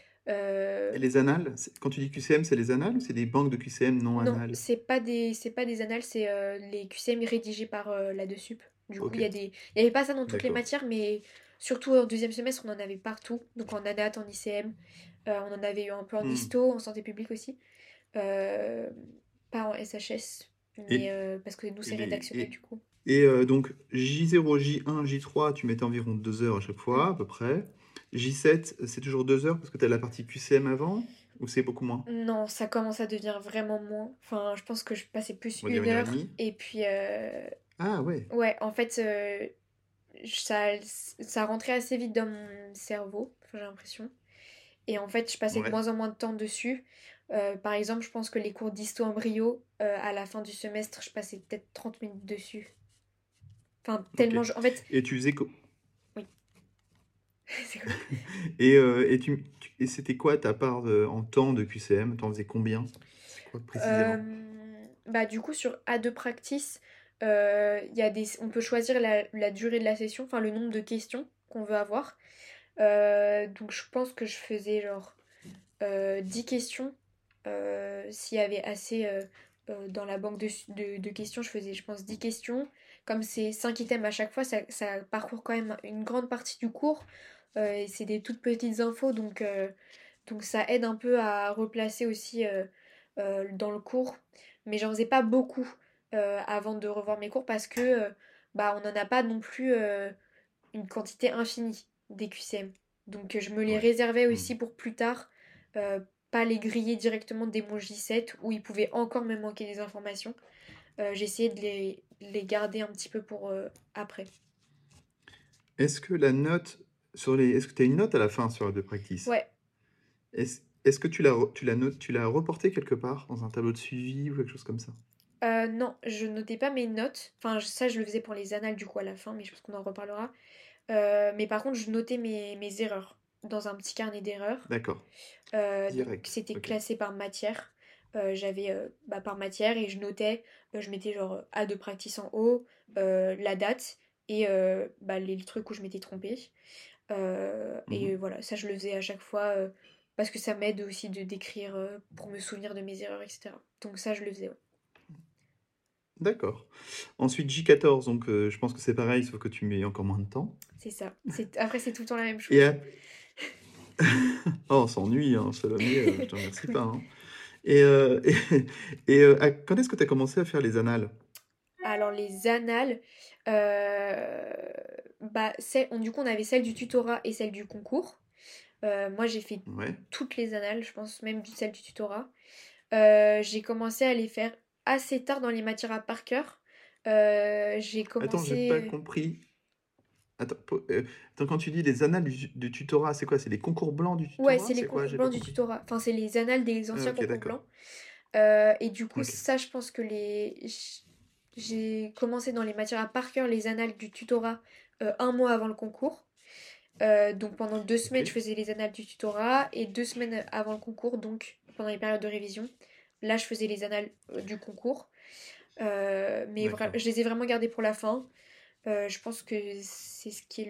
Et Euh, les annales? Quand tu dis QCM, c'est les annales ou c'est des banques de QCM non non, annales? c'est pas des annales, c'est les QCM rédigés par la DeSup. Du coup, Ok. il y avait pas ça dans toutes les D'accord. matières, mais surtout en deuxième semestre, on en avait partout. Donc en ANAT, en ICM, on en avait eu un peu en Hmm. histo, en santé publique aussi. Euh, Pas en SHS, mais Et, parce que nous, et, c'est les, rédactionnel du coup. donc J0, J1, J3, tu mettais environ 2 heures à chaque Mm. fois, à peu près. J7, c'est toujours 2 heures parce que tu as la partie QCM avant, ou c'est beaucoup moins? Non, ça commence à devenir vraiment moins. Enfin, je pense que je passais plus On va dire une une heure et heure. demie. Et puis, Ah ouais, ouais, en fait, ça, ça rentrait assez vite dans mon cerveau, enfin, j'ai l'impression. Et en fait, je passais de ouais, moins en moins de temps dessus. Par exemple, je pense que les cours d'histo-embryo, à la fin du semestre, je passais peut-être 30 minutes dessus. Enfin, ok. tellement... En fait, Et tu faisais oui, c'est quoi? et c'était quoi ta part en temps de QCM? T'en faisais combien? C'est quoi précisément? Bah, du coup, sur A2 Practice, on peut choisir la durée de la session, enfin le nombre de questions qu'on veut avoir. Donc je pense que je faisais genre 10 questions. S'il y avait assez dans la banque de questions, je faisais, je pense, 10 questions. Comme c'est 5 items à chaque fois, ça parcourt quand même une grande partie du cours. Et c'est des toutes petites infos, donc ça aide un peu à replacer aussi dans le cours. Mais j'en faisais pas beaucoup avant de revoir mes cours parce que bah, on n'en a pas non plus une quantité infinie des QCM. Donc je me les Ouais. réservais Hmm. aussi pour plus tard, pas les griller directement dès mon J7 où il pouvait encore me manquer des informations. J'essayais de les garder un petit peu pour après. Est-ce que la note est-ce que tu as une note à la fin sur la de practice? Ouais, Est-ce que tu l'as reporté quelque part dans un tableau de suivi ou quelque chose comme ça? non, je notais pas mes notes. Enfin, ça, je le faisais pour les annales du coup à la fin, mais je pense qu'on en reparlera. Mais par contre, je notais mes erreurs. dans un petit carnet d'erreurs. D'accord. Donc Direct. c'était Ok. classé par matière. J'avais par matière et je notais, je mettais genre A de practice en haut, la date et les trucs où je m'étais trompée. Et Mhm. voilà, ça je le faisais à chaque fois parce que ça m'aide aussi de d'écrire pour me souvenir de mes erreurs, etc. Donc ça je le faisais, ouais. D'accord. Ensuite, J14, donc je pense que c'est pareil, sauf que tu mets encore moins de temps. C'est ça. Après c'est tout le temps la même Et chose. ap- Oh, on s'ennuie, hein, Salomé, je te remercie pas, Oui. hein. Quand est-ce que tu as commencé à faire les annales? Alors les annales, du coup on avait celle du tutorat et celle du concours. Moi j'ai fait Ouais. toutes les annales, je pense même celle du tutorat. J'ai commencé à les faire assez tard dans les matières à par cœur. J'ai Attends, j'ai pas commencé... compris. Attends, attends, quand tu dis les annales du tutorat, c'est quoi? C'est les concours blancs du Ouais, tutorat? c'est les C'est quoi? concours J'ai pas blancs du compris. tutorat. Enfin, c'est les annales des Ah, anciens ok, concours d'accord. blancs. Et du coup, Ok. ça, je pense que j'ai commencé dans les matières à par cœur les annales du tutorat un mois avant le concours. Donc pendant 2 semaines, je Ok. faisais les annales du tutorat et 2 semaines avant le concours, donc pendant les périodes de révision, là, je faisais les annales du concours. D'accord. Je les ai vraiment gardées pour la fin. Je pense que c'est ce qui est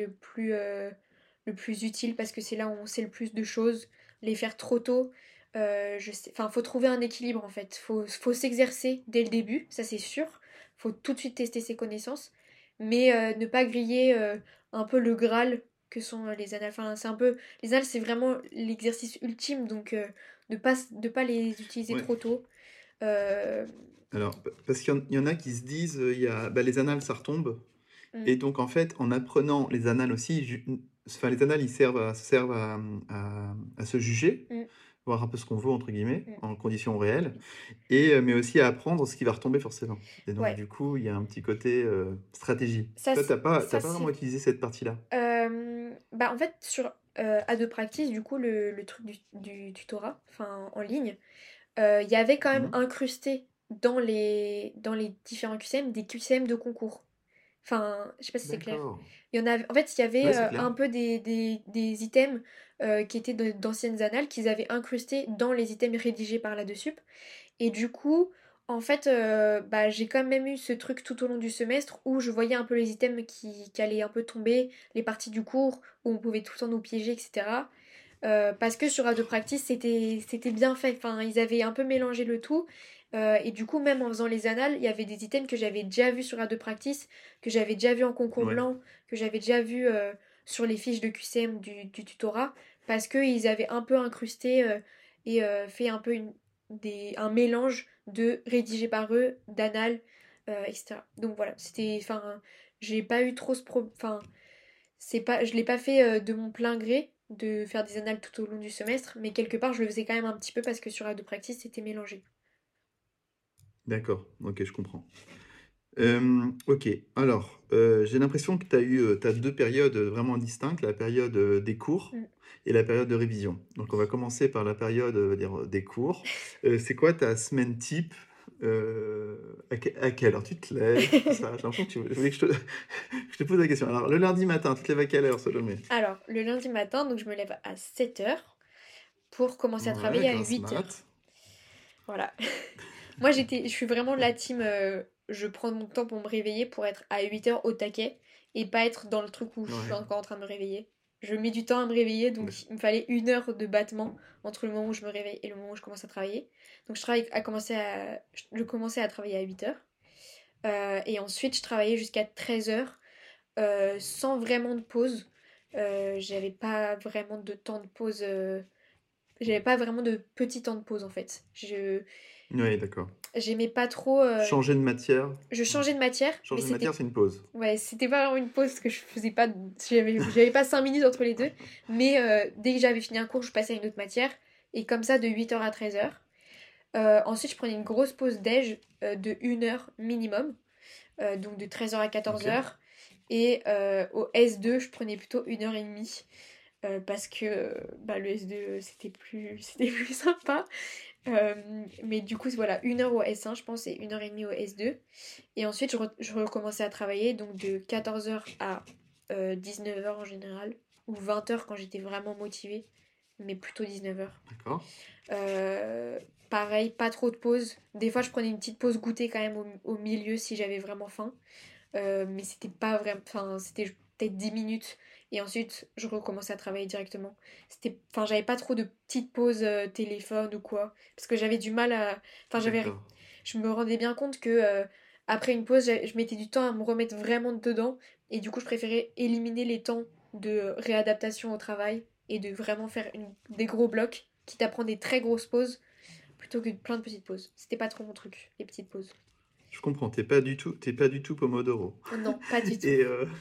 le plus utile parce que c'est là où on sait le plus de choses. Les faire trop tôt, enfin, faut trouver un équilibre en fait. Faut s'exercer dès le début, ça c'est sûr. Faut tout de suite tester ses connaissances, mais ne pas griller un peu le Graal que sont les annales. Enfin, c'est un peu les annales, c'est vraiment l'exercice ultime, donc de pas les utiliser Ouais. trop tôt. Euh, Alors, parce qu'il y en a qui se disent, les annales, ça retombe. mm, Et donc, en fait, en apprenant les annales aussi, enfin, les annales, ils servent à se juger, mm, voir un peu ce qu'on vaut, entre guillemets, mm. en conditions réelles, mais aussi à apprendre ce qui va retomber forcément. Et donc, Ouais, du coup, il y a un petit côté stratégie. ça, Toi, t'as ça pas vraiment c'est utilisé cette partie-là. En fait, sur A2 Practice, du coup, le truc du tutorat, enfin en ligne, il y avait quand même Mhm. incrusté dans les différents QCM des QCM de concours. Enfin, je sais pas si c'est clair. D'accord. En fait, il y avait Ouais, c'est clair. un peu des items qui étaient d'anciennes annales qu'ils avaient incrustés dans les items rédigés par la Dessup. Et du coup, en fait, j'ai quand même eu ce truc tout au long du semestre où je voyais un peu les items qui allaient un peu tomber, les parties du cours où on pouvait tout le temps nous piéger, etc. Parce que sur A2 Practice, c'était bien fait. Enfin, ils avaient un peu mélangé le tout. Et du coup, même en faisant les annales, il y avait des items que j'avais déjà vus sur A2 Practice, que j'avais déjà vus en concours Ouais. blanc, que j'avais déjà vus sur les fiches de QCM du tutorat, parce qu'ils avaient un peu incrusté et fait un peu un mélange de rédigé par eux, d'annales, etc. Donc voilà, enfin, j'ai pas eu trop enfin, je l'ai pas fait de mon plein gré de faire des annales tout au long du semestre, mais quelque part je le faisais quand même un petit peu parce que sur la de practice c'était mélangé. D'accord. Ok, je comprends. Ok, alors, j'ai l'impression que t'as deux périodes vraiment distinctes, la période des cours Mm. et la période de révision. Donc, on va commencer par la période, on va dire, des cours. C'est quoi ta semaine type? À quelle heure tu te lèves? Tout ça. J'ai l'impression que tu voulais que je te pose la question. Alors, le lundi matin, tu te lèves à quelle heure, Salomé? Alors, le lundi matin, donc je me lève à 7 heures pour commencer à Ouais, travailler à grasse 8 heures. mat. Voilà. Moi je suis vraiment de la team, je prends mon temps pour me réveiller pour être à 8 heures au taquet et pas être dans le truc où je suis Ouais. encore en train de me réveiller. Je mets du temps à me réveiller, Ouais. donc il me fallait 1 heure de battement entre le moment où je me réveille et le moment où je commence à travailler. Donc je commençais à travailler à 8 heures. Et ensuite, je travaillais jusqu'à 13 heures sans vraiment de pause. J'avais pas vraiment de temps de pause. J'avais pas vraiment de petit temps de pause en fait. Ouais, d'accord. J'aimais pas trop. Changer de matière. Je Ouais. changeais de matière, mais Changer de matière, c'est une pause. ouais, c'était pas vraiment une pause parce que je faisais pas. J'avais pas 5 minutes entre les deux. Mais dès que j'avais fini un cours, je passais à une autre matière. Et comme ça, de 8 heures à 13 heures. Ensuite, je prenais une grosse pause déj de 1 heure minimum. Donc de 13 heures à quatorze Ok. heures Et au S2, je prenais plutôt 1 heure et demie. Parce que le S2, c'était plus sympa. Mais du coup, voilà, 1 heure au S1, je pense, et 1 heure et demie au S2. Et ensuite, je recommençais à travailler, donc de 14 heures à 19h en général, ou 20h quand j'étais vraiment motivée, mais plutôt 19h. D'accord. Pareil, pas trop de pause. Des fois, je prenais une petite pause goûter quand même au milieu si j'avais vraiment faim. Mais c'était pas vraiment. Enfin, c'était peut-être 10 minutes. Et ensuite, je recommençais à travailler directement. Enfin, j'avais pas trop de petites pauses téléphone ou quoi. Parce que j'avais du mal à. Enfin, D'accord. je me rendais bien compte que après une pause, je mettais du temps à me remettre vraiment dedans. Et du coup, je préférais éliminer les temps de réadaptation au travail et de vraiment faire des gros blocs, quitte à prendre des très grosses pauses plutôt que plein de petites pauses. C'était pas trop mon truc, les petites pauses. Je comprends, t'es pas du tout Pomodoro. Non, pas du tout. Et,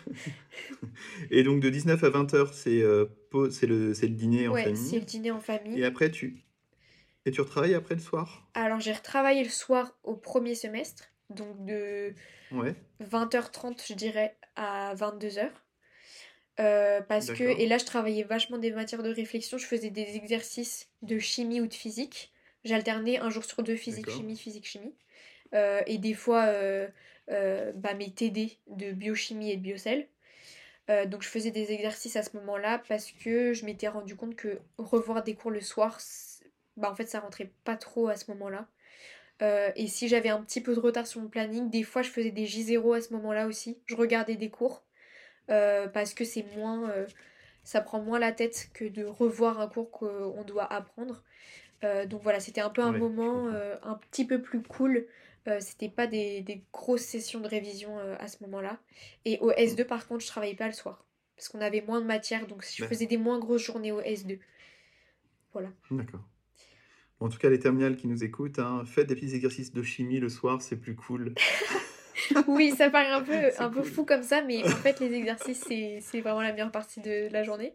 et donc de 19 à 20h, c'est le dîner en Ouais, c'est famille. le dîner en Et famille. après, tu retravailles après le soir? Alors j'ai retravaillé le soir au premier semestre, donc de Ouais, 20h30 je dirais à 22h. Parce que, d'accord, et là je travaillais vachement des matières de réflexion, je faisais des exercices de chimie ou de physique. J'alternais un jour sur deux d'accord. physique, chimie. Et des fois mes TD de biochimie et de biocell. Donc je faisais des exercices à ce moment-là parce que je m'étais rendu compte que revoir des cours le soir, en fait ça rentrait pas trop à ce moment-là. Et si j'avais un petit peu de retard sur mon planning, des fois je faisais des J0 à ce moment-là aussi. Je regardais des cours parce que c'est moins, ça prend moins la tête que de revoir un cours qu'on doit apprendre. Donc voilà, c'était un peu un Ouais, je moment comprends. un petit peu plus cool. C'était pas des grosses sessions de révision à ce moment-là. Et au Mm. S2, par contre, je travaillais pas le soir. Parce qu'on avait moins de matière, donc je Ouais, faisais des moins grosses journées au S2. Voilà. d'accord. Bon, en tout cas, les terminales qui nous écoutent, hein, faites des petits exercices de chimie le soir, c'est plus cool. Oui, ça paraît C'est un peu cool. fou comme ça, mais en fait, les exercices, c'est vraiment la meilleure partie de la journée.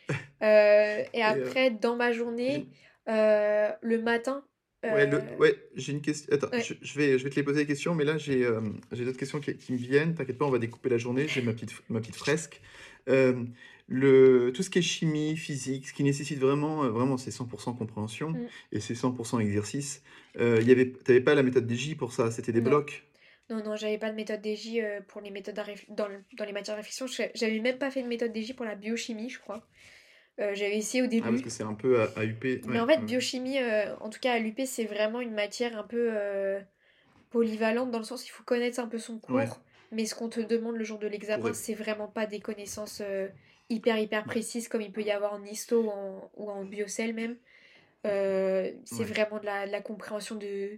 Et Et après, dans ma j'ai journée, le matin, ouais, euh, j'ai une question. Attends, ouais, je vais te les poser les questions, mais là, j'ai d'autres questions qui me viennent. T'inquiète pas, on va découper la journée. J'ai ma petite fresque. Euh, tout ce qui est chimie, physique, ce qui nécessite vraiment, vraiment, c'est 100% compréhension mm, et c'est 100% exercice. T'avais pas la méthode des J pour ça, c'était des non. blocs. Non, non, j'avais pas de méthode DJ pour les méthodes dans les matières de réflexion. J'avais même pas fait de méthode DJ pour la biochimie, je crois. J'avais essayé au Ah, parce début. que c'est un peu à UP. Mais en Ouais, fait, ouais, ouais. biochimie, en tout cas à l'UP, c'est vraiment une matière un peu polyvalente dans le sens il faut connaître un peu son Ouais, cours. Mais ce qu'on te demande le jour de pour... l'examen, c'est vraiment pas des connaissances hyper Ouais, précises comme il peut y avoir en histo ou en biocell même. C'est ouais, vraiment de la compréhension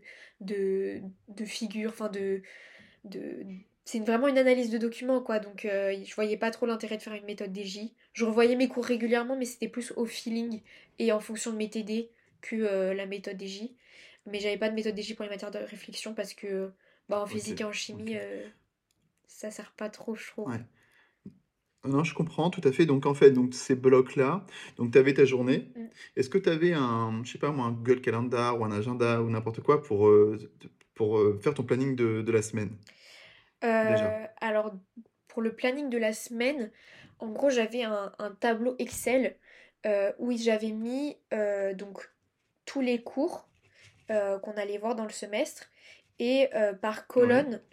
de figures, enfin de... C'est vraiment une analyse de documents, quoi. Donc, je voyais pas trop l'intérêt de faire une méthode DJ. Je revoyais mes cours régulièrement, mais c'était plus au feeling et en fonction de mes TD que la méthode DJ. Mais j'avais pas de méthode DJ pour les matières de réflexion parce que en ok, physique et en ok. chimie, ça sert pas trop, je trouve. Ouais. Non, je comprends tout à fait. Donc, en fait, donc, ces blocs-là, donc tu avais ta journée. Mm. Est-ce que tu avais un, je sais pas moi, un Google Calendar ou un agenda ou n'importe quoi pour faire ton planning de la semaine, déjà? Alors, pour le planning de la semaine, en gros, j'avais un tableau Excel où j'avais mis donc tous les cours qu'on allait voir dans le semestre. Et par Ouais. colonne,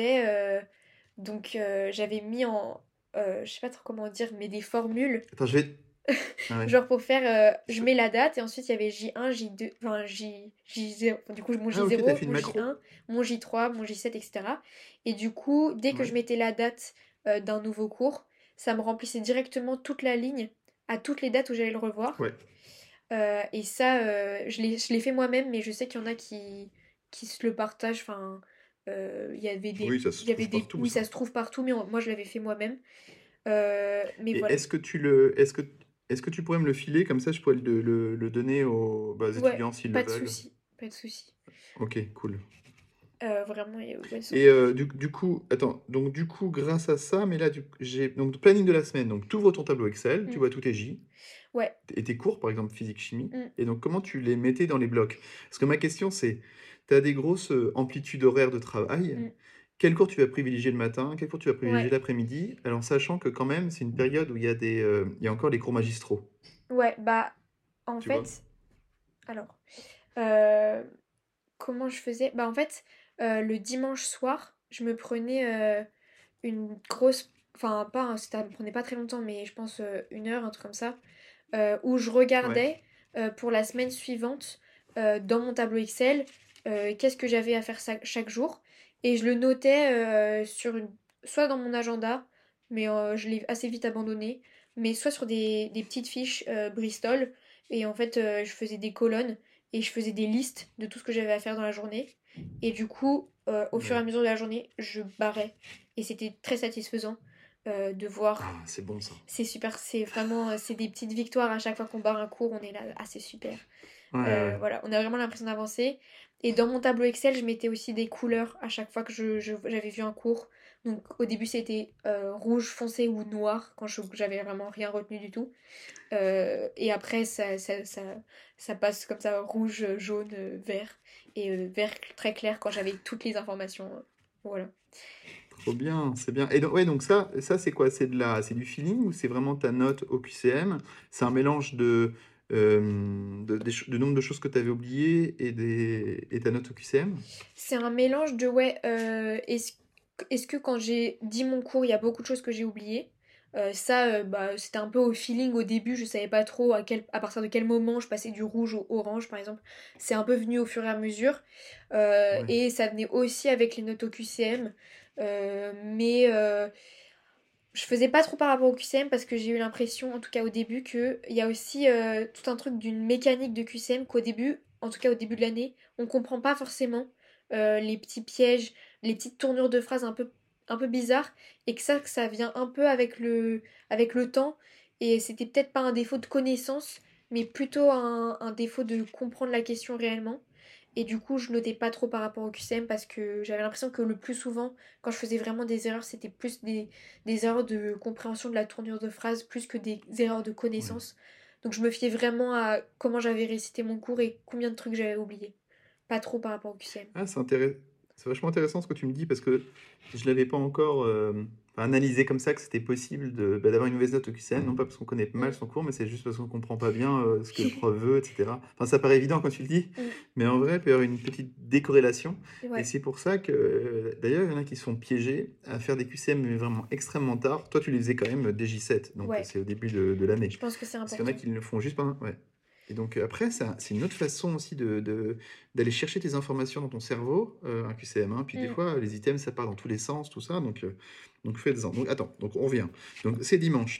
j'avais mis je sais pas trop comment dire, mais des formules. Attends, je vais... Ah ouais. Genre pour faire, je Je- mets la date et ensuite il y avait J1, J2, enfin J0, enfin, du coup mon Ah, ok, t'as J0, fait une mon macro. J1, mon J3, mon J7, etc. Et du coup, dès que je Ouais. mettais la date d'un nouveau cours, ça me remplissait directement toute la ligne à toutes les dates où j'allais le revoir. Ouais. Et ça, je l'ai fait moi-même, mais je sais qu'il y en a qui se le partagent. Enfin, Oui, ça se trouve partout, oui, ça. ça se trouve partout, mais moi je l'avais fait moi-même. Mais Et voilà. est-ce que tu pourrais me le filer, comme ça je pourrais le donner aux Ouais, étudiants s'ils le pas de veulent? souci, pas de souci. Ok, cool. Vraiment, ouais, sans Et problème. du coup, attends, donc du coup, grâce à ça, mais là, j'ai donc planning de la semaine. Donc, tu ouvres ton tableau Excel, tu Mm. vois tous tes J Ouais. et tes cours, par exemple physique, chimie. Mm. Et donc, comment tu les mettais dans les blocs? Parce que ma question, c'est, tu as des grosses amplitudes horaires de travail. Mm. Quel cours tu vas privilégier le matin? Quel cours tu vas privilégier Ouais. l'après-midi? Alors, sachant que quand même, c'est une période où il y a encore les cours magistraux. Ouais, en Tu vois? fait, alors, euh, comment je faisais? En fait, le dimanche soir, je me prenais une grosse enfin pas, ça me prenait pas très longtemps, mais je pense 1 heure, un truc comme ça, où je Ouais. regardais pour la semaine suivante dans mon tableau Excel qu'est-ce que j'avais à faire chaque jour. Et je le notais soit dans mon agenda, mais je l'ai assez vite abandonné, mais soit sur des petites fiches Bristol. Et en fait, je faisais des colonnes et je faisais des listes de tout ce que j'avais à faire dans la journée. Et du coup, au fur et à Ouais. mesure de la journée, je barrais. Et c'était très satisfaisant de voir. Ah, c'est bon ça. C'est super, c'est vraiment, c'est des petites victoires à chaque fois qu'on barre un cours, on est là, ah c'est super. Ouais, ouais. Voilà, on a vraiment l'impression d'avancer. Et dans mon tableau Excel, je mettais aussi des couleurs à chaque fois que j'avais vu un cours. Donc au début c'était rouge foncé ou noir quand j'avais vraiment rien retenu du tout. Et après ça passe comme ça rouge, jaune, vert. Et vert très clair quand j'avais toutes les informations. Voilà. Trop bien, c'est bien. Et donc, ouais, donc ça c'est quoi? C'est du feeling ou c'est vraiment ta note au QCM? C'est un mélange de nombre de choses que tu avais oubliées et ta note au QCM? C'est un mélange de ouais, est-ce que quand j'ai dit mon cours, il y a beaucoup de choses que j'ai oubliées. Ça, bah, c'était un peu au feeling au début, je savais pas trop à partir de quel moment je passais du rouge au orange par exemple. C'est un peu venu au fur et à mesure. Ouais. Et ça venait aussi avec les notes au QCM. Mais je faisais pas trop par rapport au QCM parce que j'ai eu l'impression, en tout cas au début, qu'il y a aussi tout un truc d'une mécanique de QCM qu'au début, en tout cas au début de l'année, on comprend pas forcément les petits pièges, les petites tournures de phrases un peu bizarres et que ça vient un peu avec le temps et c'était peut-être pas un défaut de connaissance mais plutôt un défaut de comprendre la question réellement. Et du coup, je notais pas trop par rapport au QCM parce que j'avais l'impression que le plus souvent, quand je faisais vraiment des erreurs, c'était plus des erreurs de compréhension de la tournure de phrase plus que des erreurs de Ouais. connaissance. Donc je me fiais vraiment à comment j'avais récité mon cours et combien de trucs j'avais oublié. Pas trop par rapport au QCM. Ah, c'est vachement intéressant ce que tu me dis parce que je l'avais pas encore analysé comme ça que c'était possible d'avoir une mauvaise note au QCM, non pas parce qu'on connaît mal Mm. son cours, mais c'est juste parce qu'on comprend pas bien ce que le prof veut, etc. Enfin, ça paraît évident quand tu le dis, Mm. mais en vrai, il peut y avoir une petite décorrélation. Et Ouais, c'est pour ça que, d'ailleurs, il y en a qui se font piéger à faire des QCM mais vraiment extrêmement tard. Toi, tu les faisais quand même dès J7, donc ouais. c'est au début de l'année. Je pense que c'est Parce qu'il y en a important. qui le font juste pendant. Ouais. Et donc après, c'est une autre façon aussi d'aller chercher tes informations dans ton cerveau, un QCM, hein. Puis des Mm. fois, les items, ça part dans tous les sens, tout ça. Donc faites-en. Donc attends, donc on revient. Donc c'est dimanche,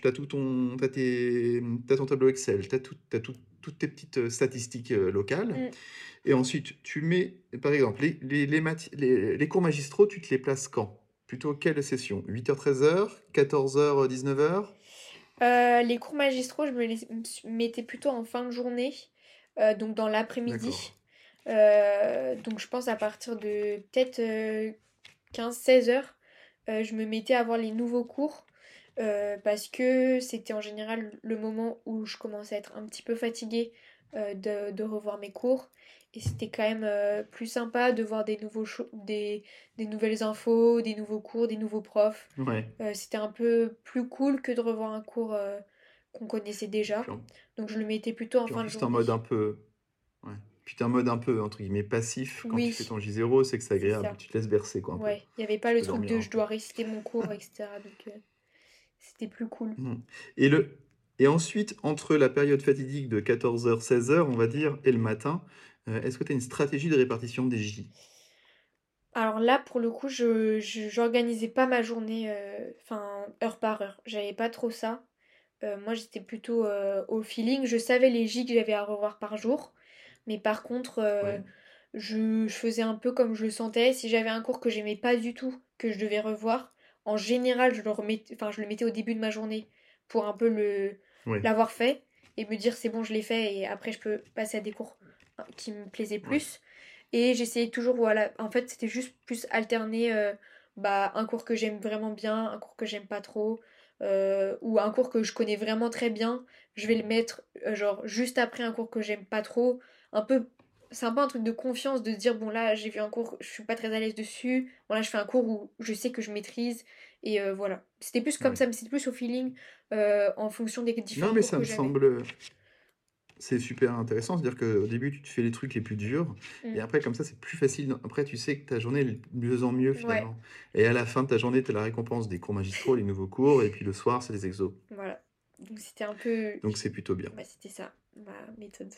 t'as ton tableau Excel, toutes tes petites statistiques locales. Mm. Et ensuite, tu mets, par exemple, les cours magistraux, tu te les places quand? Plutôt quelle session? 8h, 13h, 14h, 19h? Les cours magistraux, je me les mettais plutôt en fin de journée, donc dans D'accord. l'après-midi. Donc je pense à partir de peut-être 15-16 heures, je me mettais à voir les nouveaux cours parce que c'était en général le moment où je commençais à être un petit peu fatiguée de revoir mes cours. Et c'était quand même plus sympa de voir des nouvelles infos, des nouveaux cours, des nouveaux profs. Ouais. C'était un peu plus cool que de revoir un cours qu'on connaissait déjà. Puis en, Donc je le mettais plutôt en puis en fin de plus, t'es en journée. mode un peu. Ouais. Puis t'es en mode un peu, entre guillemets, passif quand tu fais Oui, ton J0, c'est que c'est c'est agréable. ça. Tu te laisses bercer, quoi, un peu. Ouais, il n'y avait pas Tu le peux truc dormir de un je peu. dois réciter mon cours, etc. Donc c'était plus cool. Mhm. Et, et ensuite, entre la période fatidique de 14h, 16h, on va dire, et le matin, est-ce que tu as une stratégie de répartition des J? Alors là, pour le coup, j'organisais pas ma journée, enfin, heure par heure. J'avais pas trop ça. Moi, j'étais plutôt au feeling. Je savais les J que j'avais à revoir par jour. Mais par contre, Ouais, je faisais un peu comme je le sentais. Si j'avais un cours que j'aimais pas du tout, que je devais revoir, en général, enfin, je le mettais au début de ma journée pour un peu ouais, l'avoir fait et me dire c'est bon, je l'ai fait et après je peux passer à des cours qui me plaisaient ouais, plus. Et j'essayais toujours, voilà, en fait, c'était juste plus alterner bah, un cours que j'aime vraiment bien, un cours que j'aime pas trop, ou un cours que je connais vraiment très bien, je vais le mettre genre juste après un cours que j'aime pas trop, un peu, c'est un peu un truc de confiance de se dire bon là j'ai vu un cours, je suis pas très à l'aise dessus, bon là je fais un cours où je sais que je maîtrise, et voilà. C'était plus comme ouais. ça, mais c'était plus au feeling en fonction des Non, différents mais cours que j'avais. c'est super intéressant. C'est-à-dire qu'au début, tu te fais les trucs les plus durs. Et Mm. après, comme ça, c'est plus facile. Après, tu sais que ta journée est de mieux en mieux Ouais, finalement. Et à la fin de ta journée, tu as la récompense des cours magistraux, les nouveaux cours. Et puis le soir, c'est les exos. voilà. Donc c'était un peu... Donc c'est plutôt bien. Bah, c'était ça, ma méthode.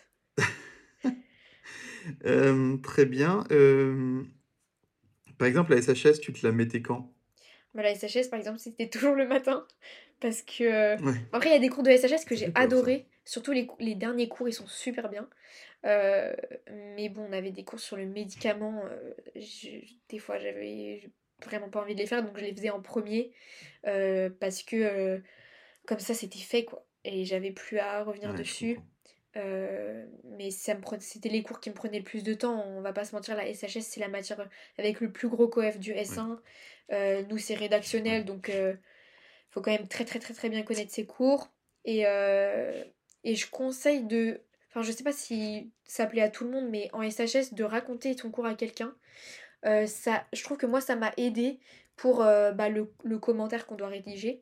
Très bien. Par exemple, la SHS, tu te la mettais quand? Bah, la SHS, par exemple, c'était toujours le matin. Parce que... Ouais, Après, il y a des cours de SHS que ça j'ai fait peur ça. adoré. Surtout les derniers cours, ils sont super bien. Euh, mais bon, on avait des cours sur le médicament. Des fois, j'avais vraiment pas envie de les faire, donc je les faisais en premier. Parce que comme ça, c'était fait, quoi. Et j'avais plus à revenir Ouais, je dessus. comprends. Mais c'était les cours qui me prenaient le plus de temps. On va pas se mentir, la SHS, c'est la matière avec le plus gros coef du Ouais, S1. Nous, c'est ouais, rédactionnel, donc faut quand même très très très très bien connaître ses cours. Et, je conseille de... Enfin, je sais pas si ça plaît à tout le monde, mais en SHS, de raconter ton cours à quelqu'un, je trouve que moi, ça m'a aidé pour bah, le commentaire qu'on doit rédiger,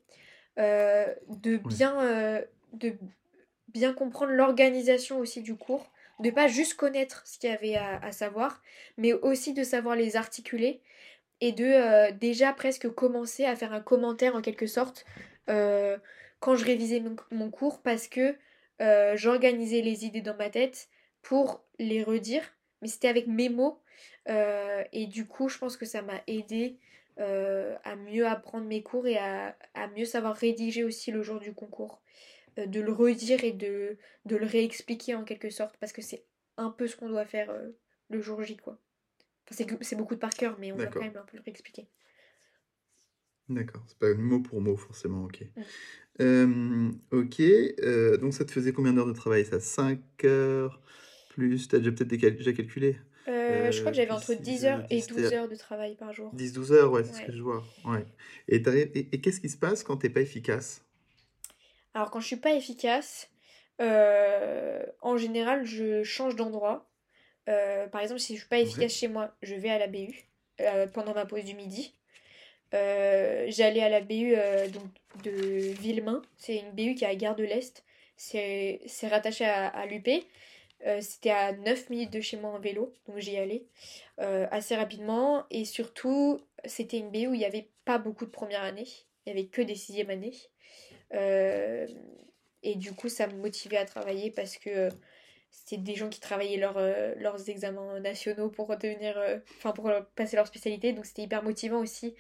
de ouais. de bien comprendre l'organisation aussi du cours, de pas juste connaître ce qu'il y avait à savoir, mais aussi de savoir les articuler et de déjà presque commencer à faire un commentaire en quelque sorte euh, quand je révisais mon cours parce que j'organisais les idées dans ma tête pour les redire, mais c'était avec mes mots et du coup je pense que ça m'a aidé à mieux apprendre mes cours et à mieux savoir rédiger aussi le jour du concours. De le redire et de le réexpliquer en quelque sorte parce que c'est un peu ce qu'on doit faire le jour J quoi. Enfin, c'est beaucoup de par cœur, mais on doit quand D'accord. même un peu le réexpliquer. D'accord. C'est pas mot pour mot forcément, ok. Mm. Ok. Donc ça te faisait combien d'heures de travail ça? 5 heures plus, t'as déjà peut-être déjà calculé? Je crois que j'avais Plus entre 6, 10 heures et 10, 12 heures de travail par jour. 10, 12 heures, ouais, c'est ce que Ouais. je vois. Ouais. Et qu'est-ce qui se passe quand t'es pas efficace? Alors quand je suis pas efficace, en général, je change d'endroit. Par exemple, si je suis pas Ouais. efficace chez moi, je vais à la BU pendant ma pause du midi. J'allais à la BU donc de Villemain. C'est une BU qui est à Gare de l'Est. C'est rattaché à l'UP. C'était à 9 minutes de chez moi en vélo, donc j'y allais assez rapidement. Et surtout, c'était une BU où il n'y avait pas beaucoup de première année. Il n'y avait que des sixième années. Euh, et du coup, ça me motivait à travailler parce que c'était des gens qui travaillaient leurs examens nationaux pour devenir, enfin pour passer leur spécialité. Donc c'était hyper motivant aussi.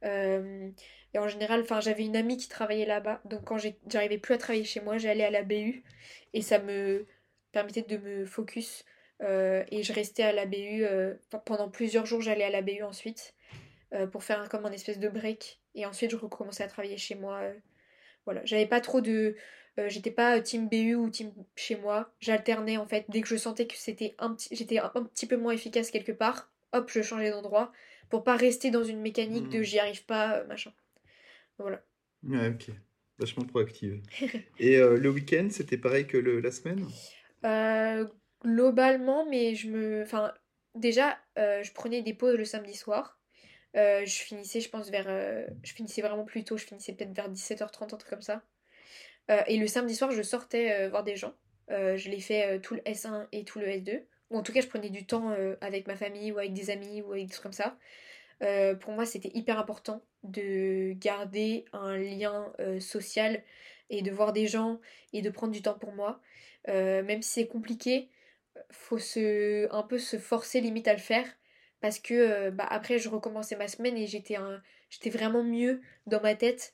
Et en général, enfin j'avais une amie qui travaillait là-bas. Donc quand j'arrivais plus à travailler chez moi, j'allais à la BU et ça me permettait de me focus. Et je restais à la BU pendant plusieurs jours. J'allais à la BU ensuite pour faire comme un espèce de break. Et ensuite, je recommençais à travailler chez moi. Voilà, j'avais pas trop de. J'étais pas team BU ou team chez moi. J'alternais en fait. Dès que je sentais que j'étais un petit peu moins efficace quelque part, hop, je changeais d'endroit pour pas rester dans une mécanique de Hmm. j'y arrive pas, machin. Voilà. Ouais, ok. Vachement proactive. Et le week-end, c'était pareil que la semaine? Euh, Globalement, mais Enfin, déjà, je prenais des pauses le samedi soir. Je finissais, je pense, je finissais vraiment plus tôt. Je finissais peut-être vers 17h30, un truc comme ça. Et le samedi soir, je sortais voir des gens. Je l'ai fait tout le S1 et tout le S2. Ou en tout cas, je prenais du temps avec ma famille ou avec des amis ou avec des trucs comme ça. Pour moi, c'était hyper important de garder un lien social et de voir des gens et de prendre du temps pour moi. Même si c'est compliqué, faut un peu se forcer limite à le faire. Parce que bah, après, je recommençais ma semaine et j'étais vraiment mieux dans ma tête.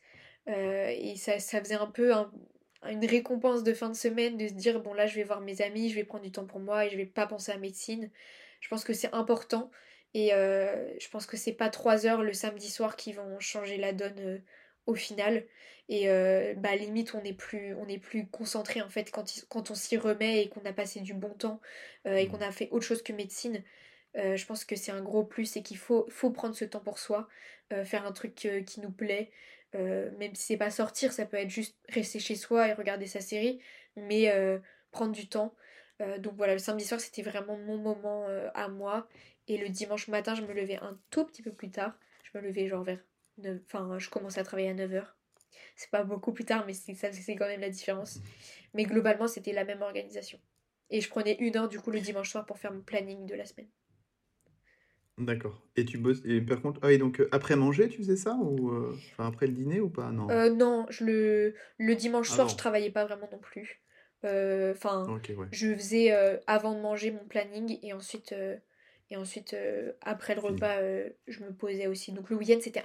Et ça faisait un peu une récompense de fin de semaine de se dire, bon là, je vais voir mes amis, je vais prendre du temps pour moi et je vais pas penser à médecine. Je pense que c'est important. Et je pense que c'est pas 3 heures le samedi soir qui vont changer la donne au final. Et bah limite on est plus concentré en fait quand on s'y remet et qu'on a passé du bon temps et qu'on Hmm. a fait autre chose que médecine. Je pense que c'est un gros plus et qu'il faut prendre ce temps pour soi, faire un truc qui nous plaît. Même si c'est pas sortir, ça peut être juste rester chez soi et regarder sa série, mais prendre du temps. Donc voilà, le samedi soir c'était vraiment mon moment à moi. Et le dimanche matin, je me levais un tout petit peu plus tard. Je me levais genre vers 9... Enfin, je commençais à travailler à 9h. C'est pas beaucoup plus tard, mais ça c'est quand même la différence. Mais globalement, c'était la même organisation. Et je prenais 1 heure du coup le dimanche soir pour faire mon planning de la semaine. D'accord. Et tu bosses et par contre ah oui donc, après manger tu faisais ça ou, enfin après le dîner ou pas? Non? Non, le dimanche soir, je Avant? travaillais pas vraiment non plus. Enfin, OK, ouais. je faisais avant de manger mon planning et ensuite après le Fini. repas, je me posais aussi. Donc le week-end, c'était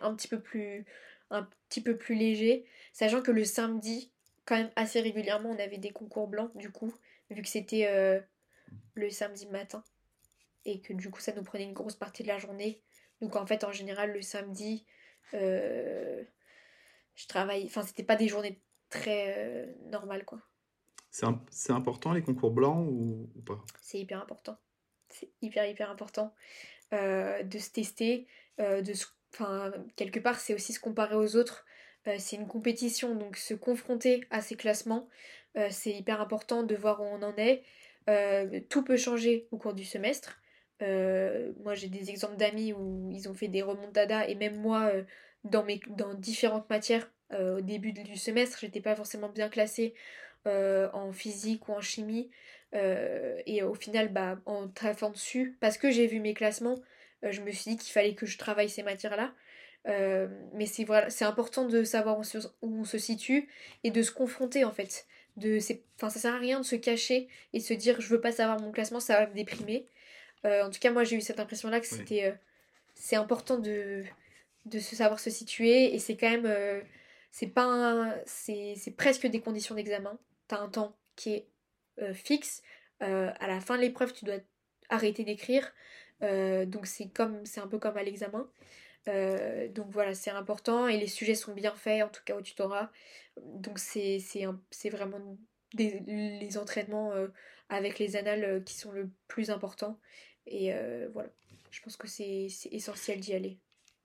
un petit peu plus léger, sachant que le samedi, quand même assez régulièrement, on avait des concours blancs, du coup, vu que c'était le samedi matin et que du coup, ça nous prenait une grosse partie de la journée. Donc en fait, en général, le samedi, euh, je travaille. Enfin, c'était pas des journées très normales, quoi. C'est important les concours blancs ou pas? C'est hyper important. C'est hyper, hyper important de se tester, enfin, quelque part, c'est aussi se comparer aux autres. C'est une compétition, donc se confronter à ces classements, c'est hyper important de voir où on en est. Tout peut changer au cours du semestre. Moi, j'ai des exemples d'amis où ils ont fait des remontadas, et même moi, dans différentes matières, au début du semestre, j'étais pas forcément bien classée en physique ou en chimie. Et au final, bah, en taffant dessus, parce que j'ai vu mes classements, je me suis dit qu'il fallait que je travaille ces matières-là. Mais c'est voilà, c'est important de savoir où on se situe et de se confronter en fait. Enfin, ça sert à rien de se cacher et de se dire je veux pas savoir mon classement, ça va me déprimer. En tout cas, moi j'ai eu cette impression-là que Oui. c'est important de se savoir se situer et c'est quand même c'est pas c'est presque des conditions d'examen. T'as un temps qui est fixe. À la fin de l'épreuve, tu dois arrêter d'écrire. Donc c'est un peu comme à l'examen. Donc voilà, c'est important et les sujets sont bien faits, en tout cas au tutorat. Donc c'est vraiment les entraînements avec les annales qui sont le plus important. Et voilà, je pense que c'est essentiel d'y aller.